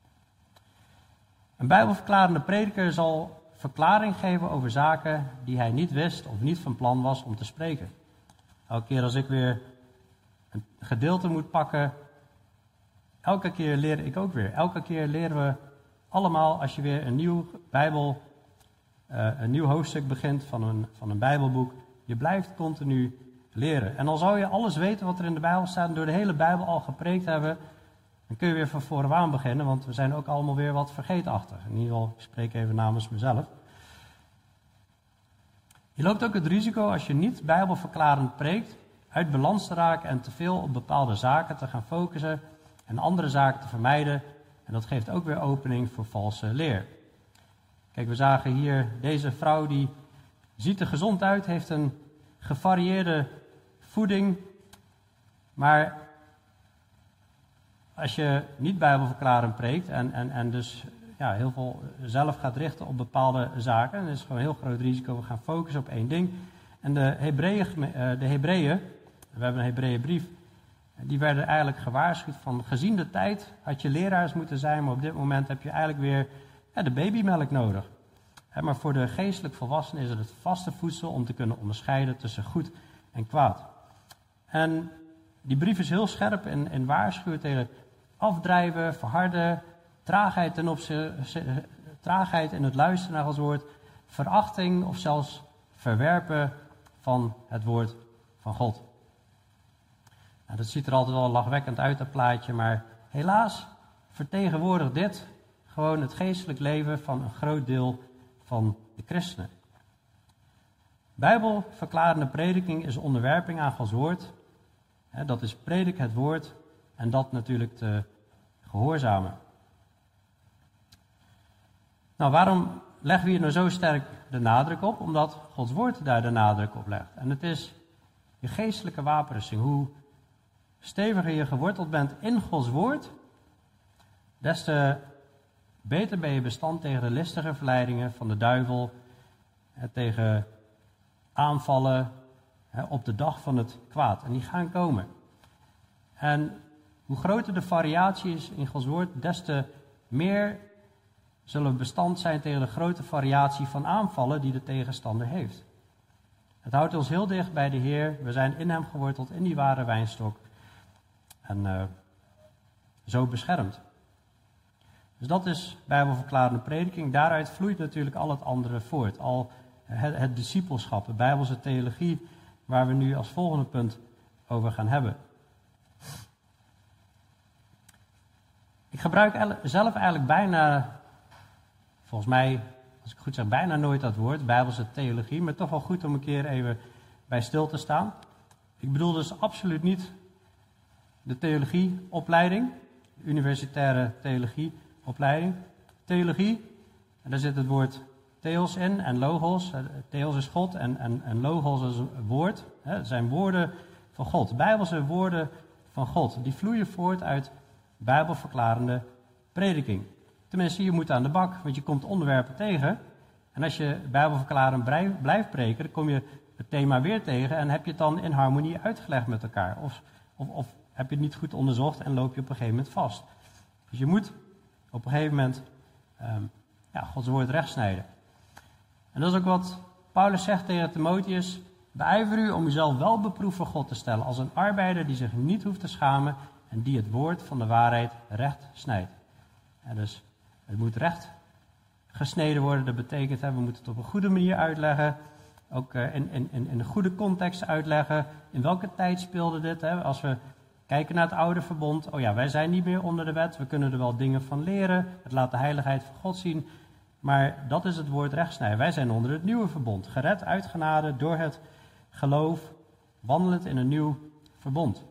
Een bijbelverklarende prediker zal verklaring geven over zaken die hij niet wist of niet van plan was om te spreken. Elke keer als ik weer een gedeelte moet pakken, elke keer leer ik ook weer. Elke keer leren we allemaal, als je weer een nieuw Bijbel, uh, een nieuw hoofdstuk begint van een, van een Bijbelboek, je blijft continu leren. En al zou je alles weten wat er in de Bijbel staat en door de hele Bijbel al gepreekt hebben, dan kun je weer van vooraan beginnen, want we zijn ook allemaal weer wat vergeetachtig. In ieder geval, ik spreek even namens mezelf. Je loopt ook het risico, als je niet bijbelverklarend preekt, uit balans te raken en te veel op bepaalde zaken te gaan focussen en andere zaken te vermijden. En dat geeft ook weer opening voor valse leer. Kijk, we zagen hier deze vrouw die ziet er gezond uit, heeft een gevarieerde voeding. Maar als je niet bijbelverklarend preekt en, en, en dus ja, heel veel zelf gaat richten op bepaalde zaken, dan is het gewoon een heel groot risico. We gaan focussen op één ding. En de Hebreeën, de Hebreeën, we hebben een Hebreeënbrief, die werden eigenlijk gewaarschuwd van gezien de tijd had je leraars moeten zijn, maar op dit moment heb je eigenlijk weer ja, de babymelk nodig. Maar voor de geestelijk volwassenen is het het vaste voedsel om te kunnen onderscheiden tussen goed en kwaad. En die brief is heel scherp en, en waarschuwt tegen afdrijven, verharden, traagheid, ten opzichte, traagheid in het luisteren naar Gods woord, verachting of zelfs verwerpen van het woord van God. Nou, dat ziet er altijd wel lachwekkend uit, dat plaatje, maar helaas vertegenwoordigt dit gewoon het geestelijk leven van een groot deel van de christenen. Bijbelverklarende prediking is onderwerping aan Gods woord. He, dat is predik het woord en dat natuurlijk te gehoorzamen. Nou, waarom leggen we hier nou zo sterk de nadruk op? Omdat Gods woord daar de nadruk op legt. En het is je geestelijke wapenrusting. Hoe steviger je geworteld bent in Gods woord, des te beter ben je bestand tegen de listige verleidingen van de duivel, tegen aanvallen op de dag van het kwaad. En die gaan komen. En hoe groter de variatie is in Gods woord, des te meer zullen we bestand zijn tegen de grote variatie van aanvallen die de tegenstander heeft. Het houdt ons heel dicht bij de Heer. We zijn in hem geworteld, in die ware wijnstok. En uh, zo beschermd. Dus dat is bijbelverklarende prediking. Daaruit vloeit natuurlijk al het andere voort. Al het, het discipelschap, de bijbelse theologie, waar we nu als volgende punt over gaan hebben. Ik gebruik zelf eigenlijk bijna, volgens mij, als ik goed zeg, bijna nooit dat woord, bijbelse theologie, maar toch wel goed om een keer even bij stil te staan. Ik bedoel dus absoluut niet de theologieopleiding, de universitaire theologieopleiding. Theologie, en daar zit het woord theos in en logos. Theos is God en, en, en logos is een woord. Het zijn woorden van God, bijbelse woorden van God. Die vloeien voort uit bijbelverklarende prediking. Tenminste, je moet aan de bak, want je komt onderwerpen tegen. En als je bijbelverklarend blijft preken, dan kom je het thema weer tegen en heb je het dan in harmonie uitgelegd met elkaar. Of, of, of heb je het niet goed onderzocht en loop je op een gegeven moment vast. Dus je moet op een gegeven moment um, ja, Gods woord rechtsnijden. En dat is ook wat Paulus zegt tegen Timotheus. Beijver u om uzelf wel beproefd voor God te stellen als een arbeider die zich niet hoeft te schamen en die het woord van de waarheid recht snijdt. En dus het moet recht gesneden worden. Dat betekent, hè, we moeten het op een goede manier uitleggen. Ook uh, in, in, in een goede context uitleggen. In welke tijd speelde dit? Hè? Als we kijken naar het oude verbond. Oh ja, wij zijn niet meer onder de wet. We kunnen er wel dingen van leren. Het laat de heiligheid van God zien. Maar dat is het woord rechtsnijden. Wij zijn onder het nieuwe verbond. Gered uit genade door het geloof. Wandelend in een nieuw verbond.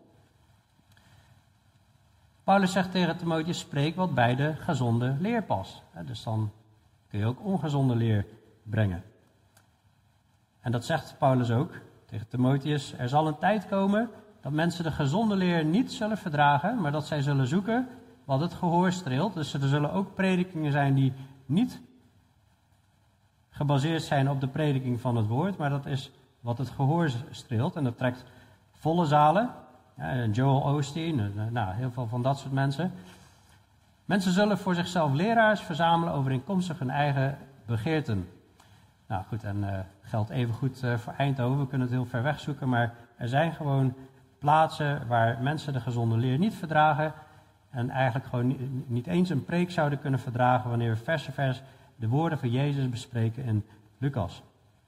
Paulus zegt tegen Timotheus, spreek wat bij de gezonde leer past. Dus dan kun je ook ongezonde leer brengen. En dat zegt Paulus ook tegen Timotheus. Er zal een tijd komen dat mensen de gezonde leer niet zullen verdragen, maar dat zij zullen zoeken wat het gehoor streelt. Dus er zullen ook predikingen zijn die niet gebaseerd zijn op de prediking van het woord, maar dat is wat het gehoor streelt. En dat trekt volle zalen. Ja, Joel Osteen, nou, heel veel van dat soort mensen. Mensen zullen voor zichzelf leraars verzamelen overeenkomstig hun eigen begeerten. Nou goed, en uh, geldt even goed uh, voor Eindhoven. We kunnen het heel ver weg zoeken, maar er zijn gewoon plaatsen waar mensen de gezonde leer niet verdragen. En eigenlijk gewoon niet, niet eens een preek zouden kunnen verdragen wanneer we vers voor vers de woorden van Jezus bespreken in Lucas.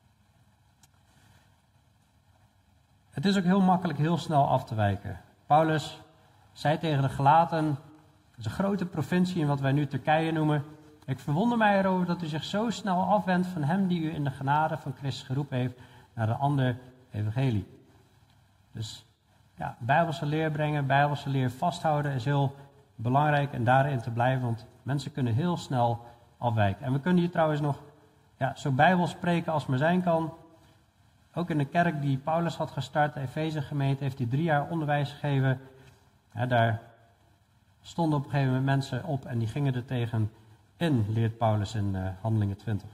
Het is ook heel makkelijk heel snel af te wijken. Paulus zei tegen de Galaten, dat is een grote provincie in wat wij nu Turkije noemen. Ik verwonder mij erover dat u zich zo snel afwendt van hem die u in de genade van Christus geroepen heeft naar een ander evangelie. Dus ja, bijbelse leer brengen, bijbelse leer vasthouden is heel belangrijk en daarin te blijven, want mensen kunnen heel snel afwijken. En we kunnen hier trouwens nog ja, zo bijbels spreken als maar zijn kan. Ook in de kerk die Paulus had gestart, de Efeze gemeente, heeft hij drie jaar onderwijs gegeven. Ja, daar stonden op een gegeven moment mensen op en die gingen er tegen in, leert Paulus in uh, Handelingen twintig.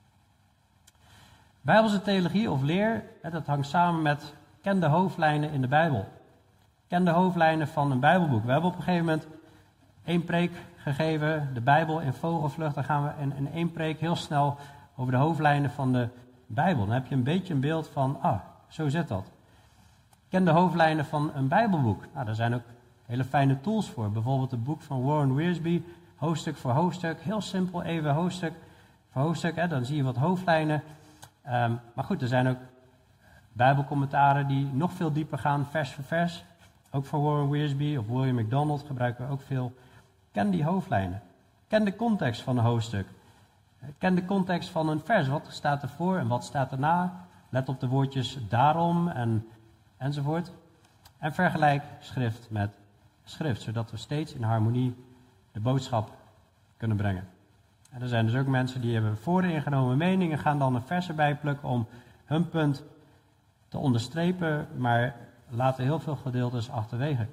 Bijbelse theologie of leer, hè, dat hangt samen met ken de hoofdlijnen in de Bijbel. Ken de hoofdlijnen van een Bijbelboek. We hebben op een gegeven moment één preek gegeven, de Bijbel in vogelvlucht. Dan gaan we in, in één preek heel snel over de hoofdlijnen van de Bijbel. Dan heb je een beetje een beeld van, ah, zo zit dat. Ken de hoofdlijnen van een Bijbelboek. Nou, daar zijn ook hele fijne tools voor. Bijvoorbeeld het boek van Warren Wiersbe, hoofdstuk voor hoofdstuk. Heel simpel, even hoofdstuk voor hoofdstuk. Hè, dan zie je wat hoofdlijnen. Um, maar goed, er zijn ook Bijbelcommentaren die nog veel dieper gaan, vers voor vers. Ook van Warren Wiersbe of William MacDonald gebruiken we ook veel. Ken die hoofdlijnen. Ken de context van een hoofdstuk. Ken de context van een vers. Wat staat ervoor en wat staat erna? Let op de woordjes daarom en, enzovoort. En vergelijk schrift met schrift, zodat we steeds in harmonie de boodschap kunnen brengen. En er zijn dus ook mensen die hebben vooringenomen meningen, gaan dan een vers erbij plukken om hun punt te onderstrepen, maar laten heel veel gedeeltes achterwege.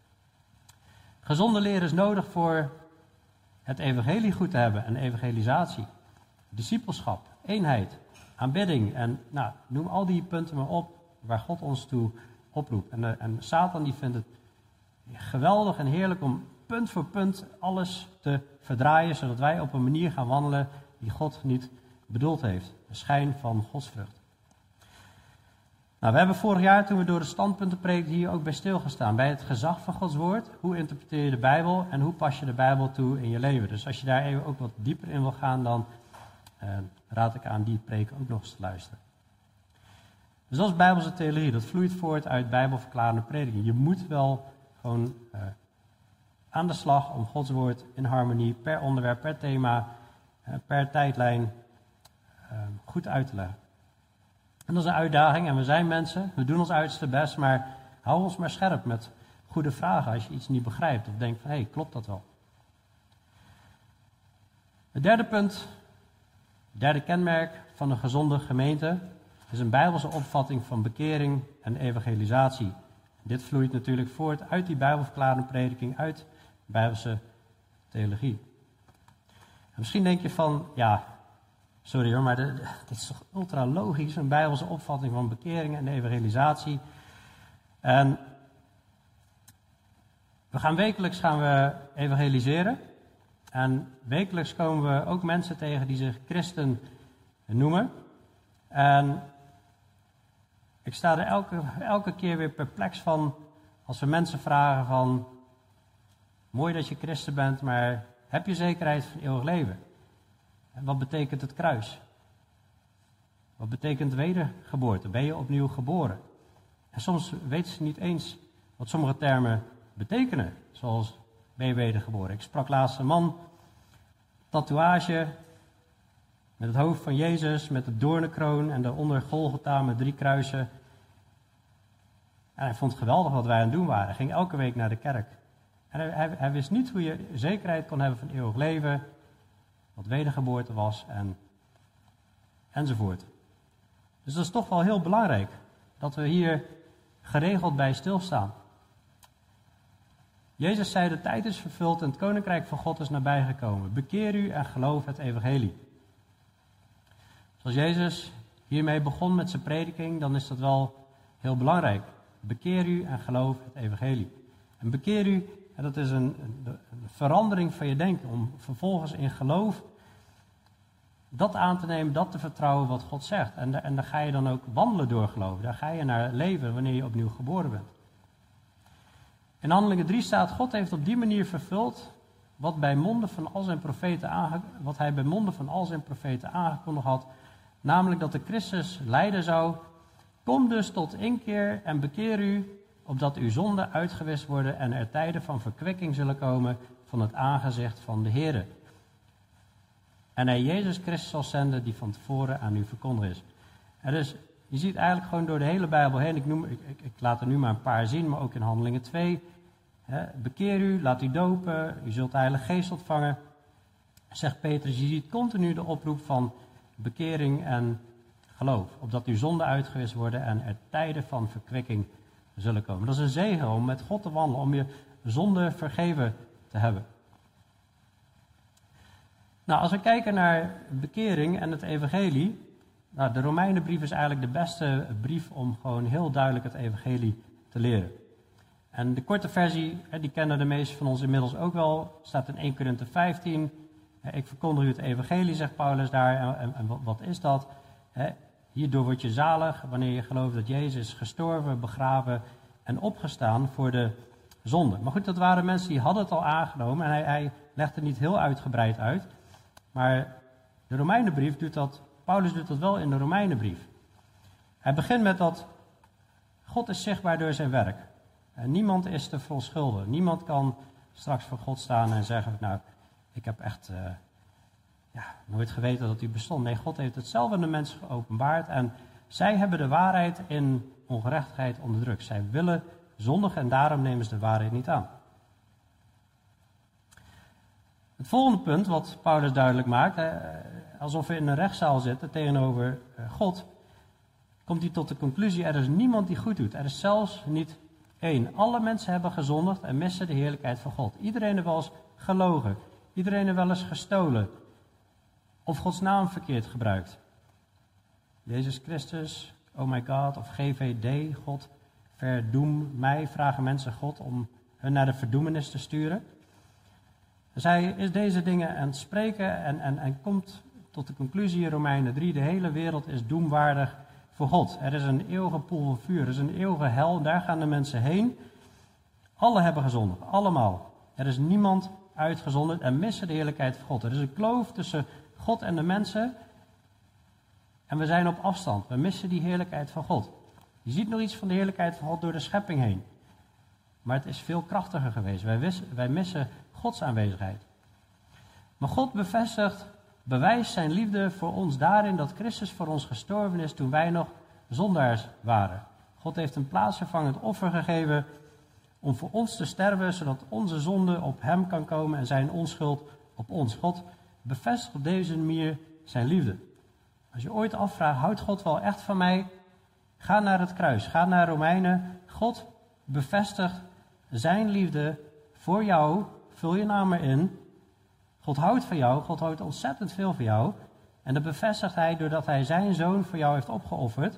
Gezonde leer is nodig voor het evangelie goed te hebben en evangelisatie, discipelschap, eenheid, aanbidding en nou, noem al die punten maar op waar God ons toe oproept. En, de, en Satan die vindt het geweldig en heerlijk om punt voor punt alles te verdraaien, zodat wij op een manier gaan wandelen die God niet bedoeld heeft. De schijn van godsvrucht. Nou, we hebben vorig jaar, toen we door de standpunten preekten, hier ook bij stilgestaan. Bij het gezag van Gods woord. Hoe interpreteer je de Bijbel en hoe pas je de Bijbel toe in je leven? Dus als je daar even ook wat dieper in wil gaan, dan eh, raad ik aan die preek ook nog eens te luisteren. Dus dat is Bijbelse theologie. Dat vloeit voort uit bijbelverklarende predikingen. Je moet wel gewoon uh, aan de slag om Gods woord in harmonie, per onderwerp, per thema, uh, per tijdlijn uh, goed uit te leggen. En dat is een uitdaging en we zijn mensen, we doen ons uiterste best, maar hou ons maar scherp met goede vragen als je iets niet begrijpt of denkt van hé, hey, klopt dat wel? Het derde punt, het derde kenmerk van een gezonde gemeente is een bijbelse opvatting van bekering en evangelisatie. Dit vloeit natuurlijk voort uit die bijbelverklarende prediking, uit bijbelse theologie. En misschien denk je van, ja, sorry hoor, maar de, de, dit is toch ultra logisch, een bijbelse opvatting van bekering en evangelisatie. En we gaan wekelijks gaan we evangeliseren. En wekelijks komen we ook mensen tegen die zich christen noemen. En ik sta er elke, elke keer weer perplex van als we mensen vragen van, mooi dat je christen bent, maar heb je zekerheid van eeuwig leven? En wat betekent het kruis? Wat betekent wedergeboorte? Ben je opnieuw geboren? En soms weten ze niet eens wat sommige termen betekenen, zoals ben je wedergeboren. Ik sprak laatst een man, tatoeage met het hoofd van Jezus, met de doornenkroon en daaronder Golgotha met drie kruisen. En hij vond het geweldig wat wij aan het doen waren. Hij ging elke week naar de kerk. En hij, hij, hij wist niet hoe je zekerheid kon hebben van eeuwig leven, wat wedergeboorte was en, enzovoort. Dus dat is toch wel heel belangrijk, dat we hier geregeld bij stilstaan. Jezus zei, de tijd is vervuld en het koninkrijk van God is nabijgekomen. Bekeer u en geloof het evangelie. Zoals Jezus hiermee begon met zijn prediking, dan is dat wel heel belangrijk. Bekeer u en geloof het evangelie. En bekeer u, en dat is een, een verandering van je denken, om vervolgens in geloof dat aan te nemen, dat te vertrouwen wat God zegt. En, de, en daar ga je dan ook wandelen door geloof. Daar ga je naar leven wanneer je opnieuw geboren bent. In Handelingen drie staat, God heeft op die manier vervuld wat, bij monden van al zijn profeten aange, wat hij bij monden van al zijn profeten aangekondigd had. Namelijk dat de Christus lijden zou. Kom dus tot inkeer en bekeer u, opdat uw zonden uitgewist worden en er tijden van verkwikking zullen komen van het aangezicht van de Heere. En hij Jezus Christus zal zenden die van tevoren aan u verkondigd is. En dus Je ziet eigenlijk gewoon door de hele Bijbel heen, ik, noem, ik, ik, ik laat er nu maar een paar zien, maar ook in Handelingen twee. Hè, bekeer u, laat u dopen, u zult de Heilige Geest ontvangen. Zegt Petrus, je ziet continu de oproep van bekering en geloof. Opdat uw zonden uitgewist worden en er tijden van verkwikking zullen komen. Dat is een zegen om met God te wandelen, om je zonde vergeven te hebben. Nou, als we kijken naar bekering en het evangelie. Nou, de Romeinenbrief is eigenlijk de beste brief om gewoon heel duidelijk het evangelie te leren. En de korte versie, die kennen de meesten van ons inmiddels ook wel, staat in Eerste Korinthe vijftien. Ik verkondig u het evangelie, zegt Paulus daar. En, en, en wat is dat? Hierdoor word je zalig wanneer je gelooft dat Jezus is gestorven, begraven en opgestaan voor de zonde. Maar goed, dat waren mensen die hadden het al aangenomen en hij, hij legt het niet heel uitgebreid uit. Maar de Romeinenbrief doet dat, Paulus doet dat wel in de Romeinenbrief. Hij begint met dat God is zichtbaar door zijn werk. En niemand is te verontschuldigen. Niemand kan straks voor God staan en zeggen, nou, ik heb echt uh, ja, nooit geweten dat u bestond. Nee, God heeft het zelf aan de mensen geopenbaard. En zij hebben de waarheid in ongerechtigheid onderdrukt. Zij willen zondigen en daarom nemen ze de waarheid niet aan. Het volgende punt wat Paulus duidelijk maakt, hè, alsof we in een rechtszaal zitten tegenover God, komt hij tot de conclusie, er is niemand die goed doet. Er is zelfs niet één. Alle mensen hebben gezondigd en missen de heerlijkheid van God. Iedereen heeft wel eens gelogen. Iedereen heeft wel eens gestolen. Of Gods naam verkeerd gebruikt. Jezus Christus, oh my God, of G V D, God, verdoem mij, vragen mensen God om hun naar de verdoemenis te sturen. Dus hij is deze dingen aan het spreken en, en, en komt tot de conclusie in Romeinen drie, de hele wereld is doemwaardig voor God. Er is een eeuwige poel van vuur, er is een eeuwige hel, daar gaan de mensen heen. Alle hebben gezondigd, allemaal. Er is niemand uitgezonderd en missen de heerlijkheid van God. Er is een kloof tussen God en de mensen en we zijn op afstand. We missen die heerlijkheid van God. Je ziet nog iets van de heerlijkheid van God door de schepping heen. Maar het is veel krachtiger geweest. Wij, wis, wij missen Gods aanwezigheid. Maar God bevestigt, bewijst zijn liefde voor ons daarin dat Christus voor ons gestorven is toen wij nog zondaars waren. God heeft een plaatsvervangend offer gegeven om voor ons te sterven, zodat onze zonde op hem kan komen en zijn onschuld op ons. God bevestigt op deze manier zijn liefde. Als je ooit afvraagt, houdt God wel echt van mij? Ga naar het kruis, ga naar Romeinen. God bevestigt zijn liefde voor jou. Vul je naam erin. God houdt van jou, God houdt ontzettend veel van jou. En dat bevestigt hij doordat hij zijn zoon voor jou heeft opgeofferd.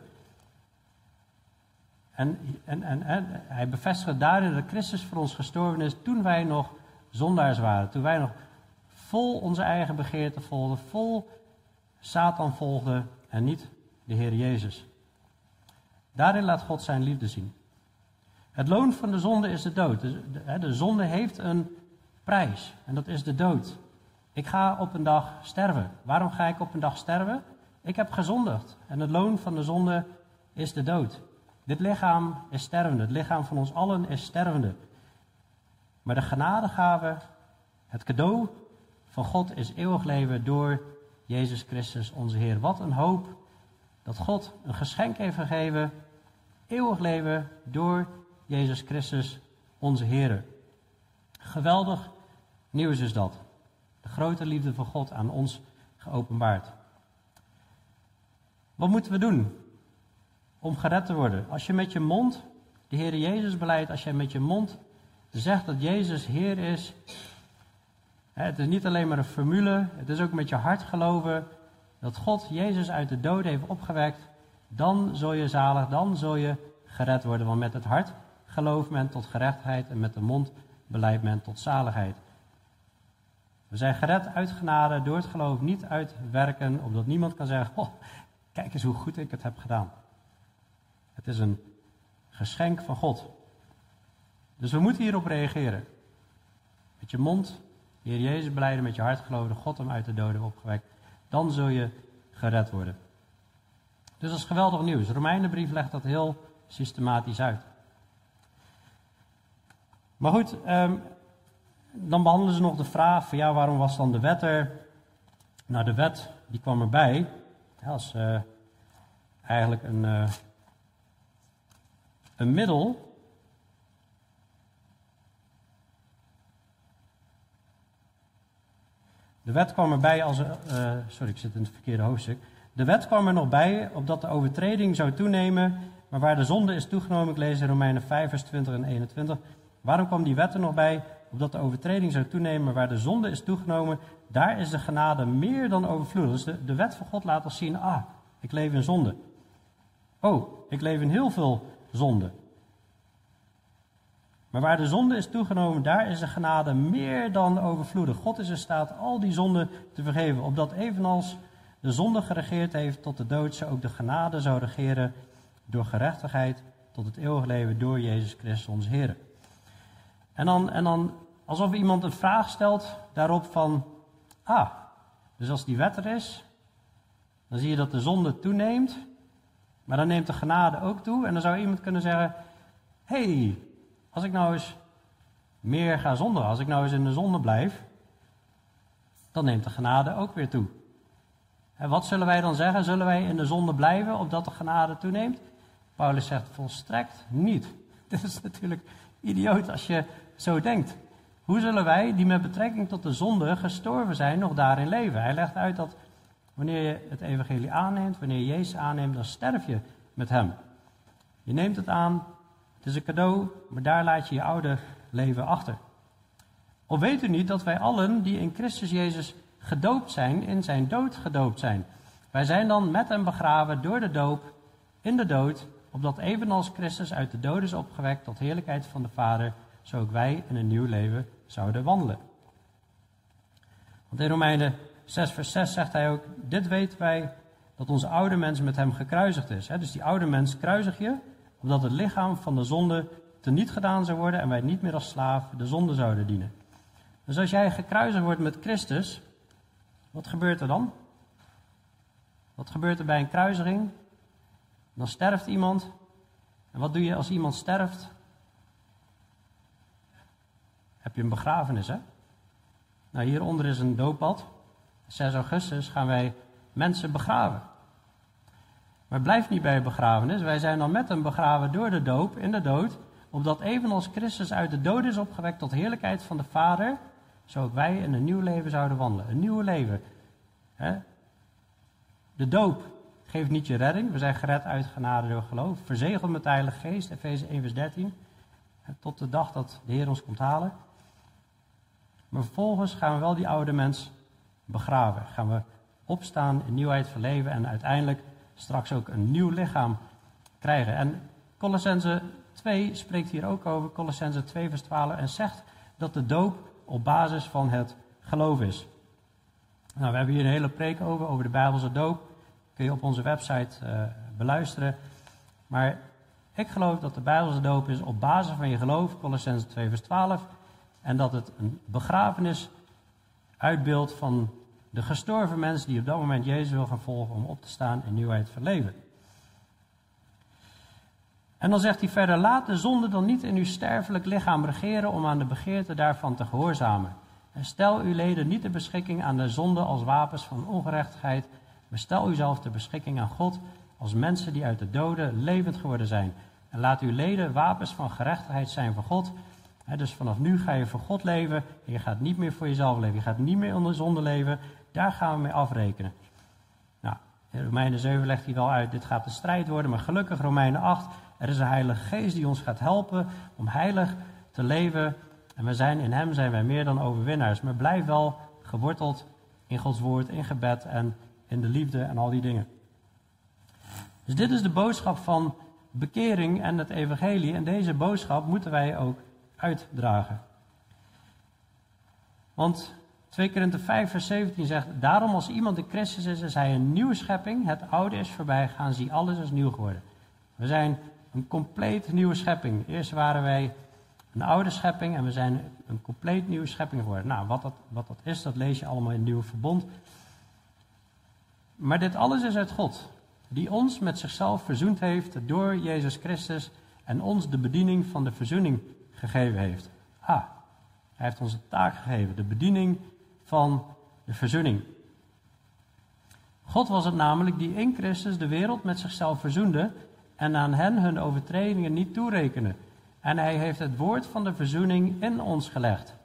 En, en, en, en hij bevestigt daarin dat Christus voor ons gestorven is toen wij nog zondaars waren. Toen wij nog vol onze eigen begeerten volgden, vol Satan volgden en niet de Heer Jezus. Daarin laat God zijn liefde zien. Het loon van de zonde is de dood. De, de, de zonde heeft een prijs en dat is de dood. Ik ga op een dag sterven. Waarom ga ik op een dag sterven? Ik heb gezondigd en het loon van de zonde is de dood. Dit lichaam is stervende. Het lichaam van ons allen is stervende. Maar de genadegave, het cadeau van God is eeuwig leven door Jezus Christus onze Heer. Wat een hoop dat God een geschenk heeft gegeven. Eeuwig leven door Jezus Christus onze Heer. Geweldig nieuws is dat. De grote liefde van God aan ons geopenbaard. Wat moeten we doen om gered te worden? Als je met je mond de Heer Jezus belijdt, als je met je mond zegt dat Jezus Heer is. Het is niet alleen maar een formule, het is ook met je hart geloven dat God Jezus uit de dood heeft opgewekt. Dan zul je zalig, dan zul je gered worden. Want met het hart gelooft men tot gerechtigheid en met de mond belijdt men tot zaligheid. We zijn gered uit genade door het geloof, niet uit werken, opdat niemand kan zeggen, oh, kijk eens hoe goed ik het heb gedaan. Het is een geschenk van God. Dus we moeten hierop reageren. Met je mond, de Heer Jezus belijden, met je hart geloven dat God hem uit de doden heeft opgewekt. Dan zul je gered worden. Dus dat is geweldig nieuws. De Romeinenbrief legt dat heel systematisch uit. Maar goed, um, dan behandelen ze nog de vraag van ja, waarom was dan de wet er? Nou, de wet die kwam erbij. Ja, als, uh, eigenlijk een, uh, een middel De wet kwam erbij als... Uh, sorry, ik zit in het verkeerde hoofdstuk. De wet kwam er nog bij, opdat de overtreding zou toenemen, maar waar de zonde is toegenomen, ik lees in Romeinen vijf, vers twintig en eenentwintig. Waarom kwam die wet er nog bij? Opdat de overtreding zou toenemen, maar waar de zonde is toegenomen, daar is de genade meer dan overvloedig. Dus de, de wet van God laat ons zien, ah, ik leef in zonde. Oh, ik leef in heel veel zonde. Maar waar de zonde is toegenomen, daar is de genade meer dan overvloedig. God is in staat al die zonden te vergeven, opdat evenals de zonde geregeerd heeft tot de dood, zo ook de genade zou regeren door gerechtigheid tot het eeuwige leven door Jezus Christus onze Heer. En dan, en dan alsof iemand een vraag stelt daarop van, ah, dus als die wet er is, dan zie je dat de zonde toeneemt, maar dan neemt de genade ook toe. En dan zou iemand kunnen zeggen, hé, hey, als ik nou eens meer ga zondigen, als ik nou eens in de zonde blijf, dan neemt de genade ook weer toe. En wat zullen wij dan zeggen? Zullen wij in de zonde blijven, opdat de genade toeneemt? Paulus zegt volstrekt niet. Dit is natuurlijk idioot als je zo denkt. Hoe zullen wij, die met betrekking tot de zonde gestorven zijn, nog daarin leven? Hij legt uit dat wanneer je het evangelie aanneemt, wanneer je Jezus aanneemt, dan sterf je met hem. Je neemt het aan, het is een cadeau, maar daar laat je je oude leven achter. Of weet u niet dat wij allen die in Christus Jezus gedoopt zijn, in zijn dood gedoopt zijn? Wij zijn dan met hem begraven door de doop in de dood, opdat evenals Christus uit de dood is opgewekt tot heerlijkheid van de Vader, zo ook wij in een nieuw leven zouden wandelen. Want in Romeinen zes vers zes zegt hij ook, dit weten wij, dat onze oude mens met hem gekruisigd is. Dus die oude mens kruisig je, opdat het lichaam van de zonde teniet gedaan zou worden en wij niet meer als slaaf de zonde zouden dienen. Dus als jij gekruisigd wordt met Christus, wat gebeurt er dan? Wat gebeurt er bij een kruisiging? Dan sterft iemand. En wat doe je als iemand sterft? Heb je een begrafenis, hè? Nou, hieronder is een doopbad. zes augustus gaan wij mensen begraven. Maar het blijft niet bij een begrafenis. Wij zijn dan met hem begraven door de doop, in de dood, opdat evenals Christus uit de dood is opgewekt tot heerlijkheid van de Vader, zo ook wij in een nieuw leven zouden wandelen. Een nieuw leven. Hè? De doop geeft niet je redding. We zijn gered uit genade door geloof. Verzegeld met de Heilige Geest, Efeze één vers dertien. Tot de dag dat de Heer ons komt halen. Maar vervolgens gaan we wel die oude mens begraven. Gaan we opstaan in nieuwheid van leven en uiteindelijk straks ook een nieuw lichaam krijgen. En Colossenzen twee spreekt hier ook over, Colossenzen twee vers twaalf, en zegt dat de doop op basis van het geloof is. Nou, we hebben hier een hele preek over, over de Bijbelse doop. Kun je op onze website uh, beluisteren. Maar ik geloof dat de Bijbelse doop is op basis van je geloof, Colossenzen twee vers twaalf. En dat het een begrafenis uitbeeldt van de gestorven mens die op dat moment Jezus wil gaan volgen om op te staan in nieuwheid van leven. En dan zegt hij verder, laat de zonde dan niet in uw sterfelijk lichaam regeren om aan de begeerte daarvan te gehoorzamen. En stel uw leden niet ter beschikking aan de zonde als wapens van ongerechtigheid, maar stel uzelf ter beschikking aan God als mensen die uit de doden levend geworden zijn. En laat uw leden wapens van gerechtigheid zijn voor God. He, dus vanaf nu ga je voor God leven en je gaat niet meer voor jezelf leven. Je gaat niet meer onder zonde leven. Daar gaan we mee afrekenen. Nou, in Romeinen zeven legt hij wel uit, dit gaat een strijd worden, maar gelukkig Romeinen acht, er is een Heilige Geest die ons gaat helpen om heilig te leven. En we zijn, in hem zijn wij meer dan overwinnaars. Maar blijf wel geworteld in Gods woord, in gebed en in de liefde en al die dingen. Dus dit is de boodschap van bekering en het evangelie. En deze boodschap moeten wij ook uitdragen. Want twee Korinthe vijf vers zeventien zegt, daarom als iemand in Christus is, is hij een nieuwe schepping. Het oude is voorbij gegaan, zie alles is nieuw geworden. We zijn een compleet nieuwe schepping. Eerst waren wij een oude schepping en we zijn een compleet nieuwe schepping geworden. Nou, wat dat, wat dat is, dat lees je allemaal in het Nieuwe Verbond. Maar dit alles is uit God, die ons met zichzelf verzoend heeft door Jezus Christus en ons de bediening van de verzoening gegeven heeft. Ah, hij heeft ons een taak gegeven, de bediening van de verzoening. God was het namelijk die in Christus de wereld met zichzelf verzoende en aan hen hun overtredingen niet toerekende. En hij heeft het woord van de verzoening in ons gelegd.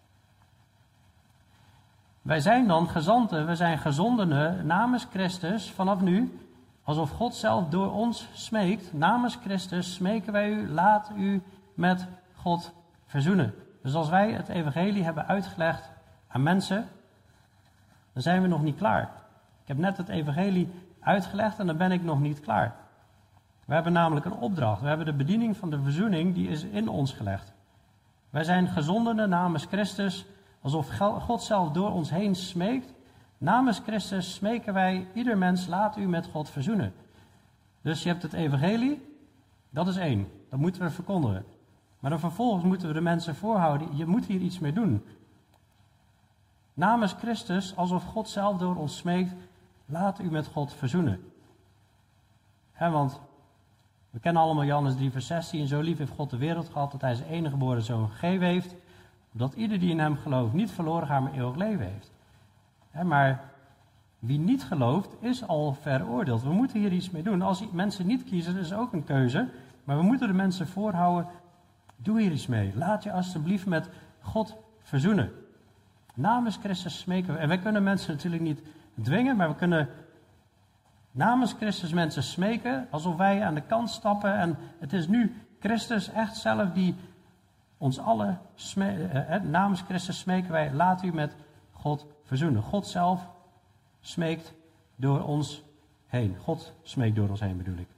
Wij zijn dan gezanten, we zijn gezondenen namens Christus vanaf nu, alsof God zelf door ons smeekt. Namens Christus smeken wij u, laat u met God verzoenen. Dus als wij het evangelie hebben uitgelegd aan mensen, dan zijn we nog niet klaar. Ik heb net het evangelie uitgelegd en dan ben ik nog niet klaar. We hebben namelijk een opdracht. We hebben de bediening van de verzoening, die is in ons gelegd. Wij zijn gezondenen namens Christus, alsof God zelf door ons heen smeekt. Namens Christus smeken wij, ieder mens laat u met God verzoenen. Dus je hebt het evangelie, dat is één. Dat moeten we verkondigen. Maar dan vervolgens moeten we de mensen voorhouden, je moet hier iets mee doen. Namens Christus, alsof God zelf door ons smeekt, laat u met God verzoenen. He, want we kennen allemaal Johannes drie vers zestien. En zo lief heeft God de wereld gehad dat hij zijn enige geboren zoon gegeven heeft. Opdat ieder die in hem gelooft niet verloren gaat, maar eeuwig leven heeft. He, maar wie niet gelooft is al veroordeeld. We moeten hier iets mee doen. Als mensen niet kiezen, dat is ook een keuze. Maar we moeten de mensen voorhouden, doe hier iets mee. Laat je alsjeblieft met God verzoenen. Namens Christus smeken we. En wij kunnen mensen natuurlijk niet dwingen, maar we kunnen namens Christus mensen smeken, alsof wij aan de kant stappen. En het is nu Christus echt zelf die ons allen, sme- eh, namens Christus smeken wij, laat u met God verzoenen. God zelf smeekt door ons heen. God smeekt door ons heen, bedoel ik.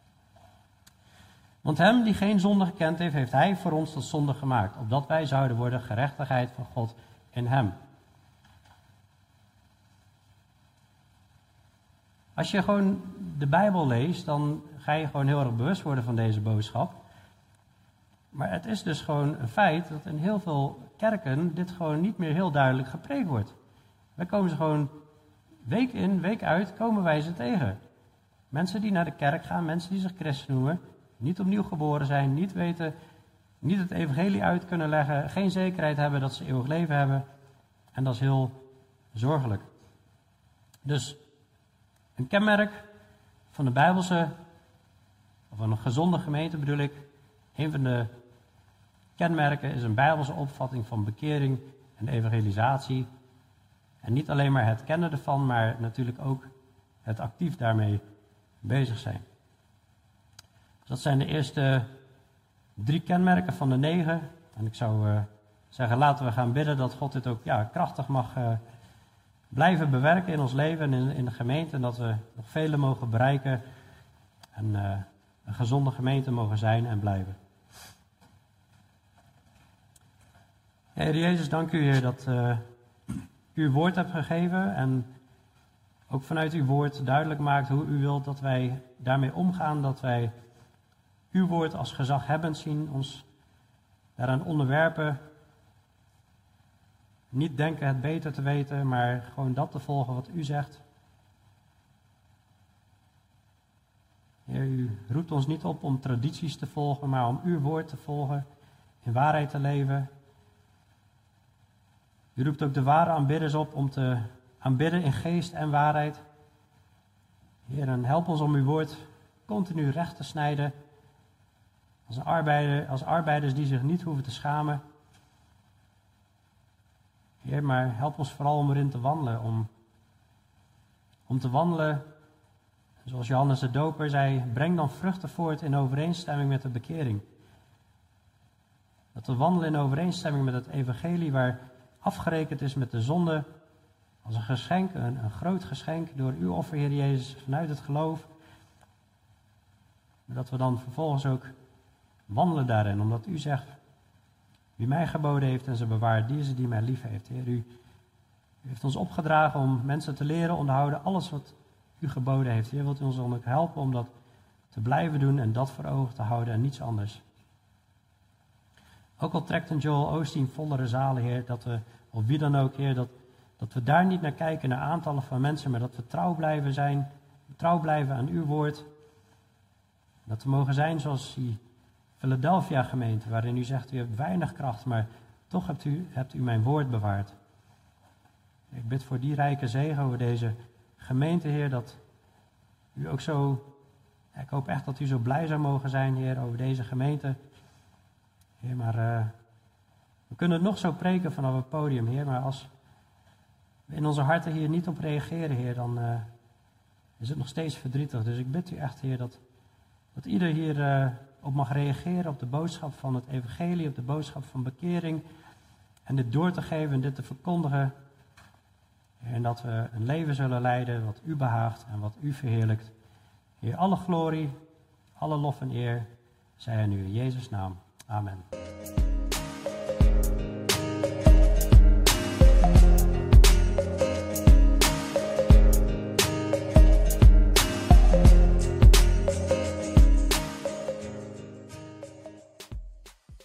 Want hem die geen zonde gekend heeft, heeft hij voor ons tot zonde gemaakt, opdat wij zouden worden gerechtigheid van God in hem. Als je gewoon de Bijbel leest, dan ga je gewoon heel erg bewust worden van deze boodschap. Maar het is dus gewoon een feit dat in heel veel kerken dit gewoon niet meer heel duidelijk gepreekt wordt. Wij komen ze gewoon week in, week uit, komen wij ze tegen. Mensen die naar de kerk gaan, mensen die zich christen noemen, niet opnieuw geboren zijn, niet weten, niet het evangelie uit kunnen leggen, geen zekerheid hebben dat ze eeuwig leven hebben. En dat is heel zorgelijk. Dus een kenmerk van de Bijbelse, of van een gezonde gemeente bedoel ik, een van de kenmerken is een Bijbelse opvatting van bekering en evangelisatie. En niet alleen maar het kennen ervan, maar natuurlijk ook het actief daarmee bezig zijn. Dus dat zijn de eerste drie kenmerken van de negen. En ik zou uh, zeggen, laten we gaan bidden dat God dit ook ja, krachtig mag uh, blijven bewerken in ons leven en in, in de gemeente. En dat we nog vele mogen bereiken en uh, een gezonde gemeente mogen zijn en blijven. Heer Jezus, dank u Heer dat uh, u uw woord hebt gegeven en ook vanuit uw woord duidelijk maakt hoe u wilt dat wij daarmee omgaan, dat wij uw woord als gezaghebbend zien, ons daaraan onderwerpen, niet denken het beter te weten, maar gewoon dat te volgen wat u zegt. Heer, u roept ons niet op om tradities te volgen, maar om uw woord te volgen, in waarheid te leven. U roept ook de ware aanbidders op om te aanbidden in geest en waarheid. Heer, en help ons om uw woord continu recht te snijden. Als, een arbeider, als arbeiders die zich niet hoeven te schamen. Heer, maar help ons vooral om erin te wandelen. Om, om te wandelen, zoals Johannes de Doper zei, breng dan vruchten voort in overeenstemming met de bekering. Dat we wandelen in overeenstemming met het evangelie waar afgerekend is met de zonde. Als een geschenk, een, een groot geschenk door uw offer, Heer Jezus, vanuit het geloof. Dat we dan vervolgens ook wandelen daarin, omdat u zegt, wie mij geboden heeft en ze bewaart, die is het die mij lief heeft. Heer, u, u heeft ons opgedragen om mensen te leren onderhouden, alles wat u geboden heeft. Heer, wilt u ons dan ook helpen om dat te blijven doen en dat voor ogen te houden en niets anders. Ook al trekt een Joel Osteen vollere zalen, Heer, dat we, of wie dan ook, Heer, dat, dat we daar niet naar kijken, naar aantallen van mensen, maar dat we trouw blijven zijn, trouw blijven aan uw woord. Dat we mogen zijn zoals die Philadelphia gemeente, waarin u zegt, u hebt weinig kracht, maar toch hebt u, hebt u mijn woord bewaard. Ik bid voor die rijke zegen over deze gemeente, Heer, dat u ook zo, ik hoop echt dat u zo blij zou mogen zijn, Heer, over deze gemeente. Heer, maar uh, we kunnen het nog zo preken vanaf het podium, Heer, maar als we in onze harten hier niet op reageren, Heer, dan uh, is het nog steeds verdrietig. Dus ik bid u echt, Heer, dat, dat ieder hier uh, op mag reageren op de boodschap van het evangelie, op de boodschap van bekering. En dit door te geven en dit te verkondigen. En dat we een leven zullen leiden wat u behaagt en wat u verheerlijkt. Heer, alle glorie, alle lof en eer zij aan u in Jezus' naam. Amen.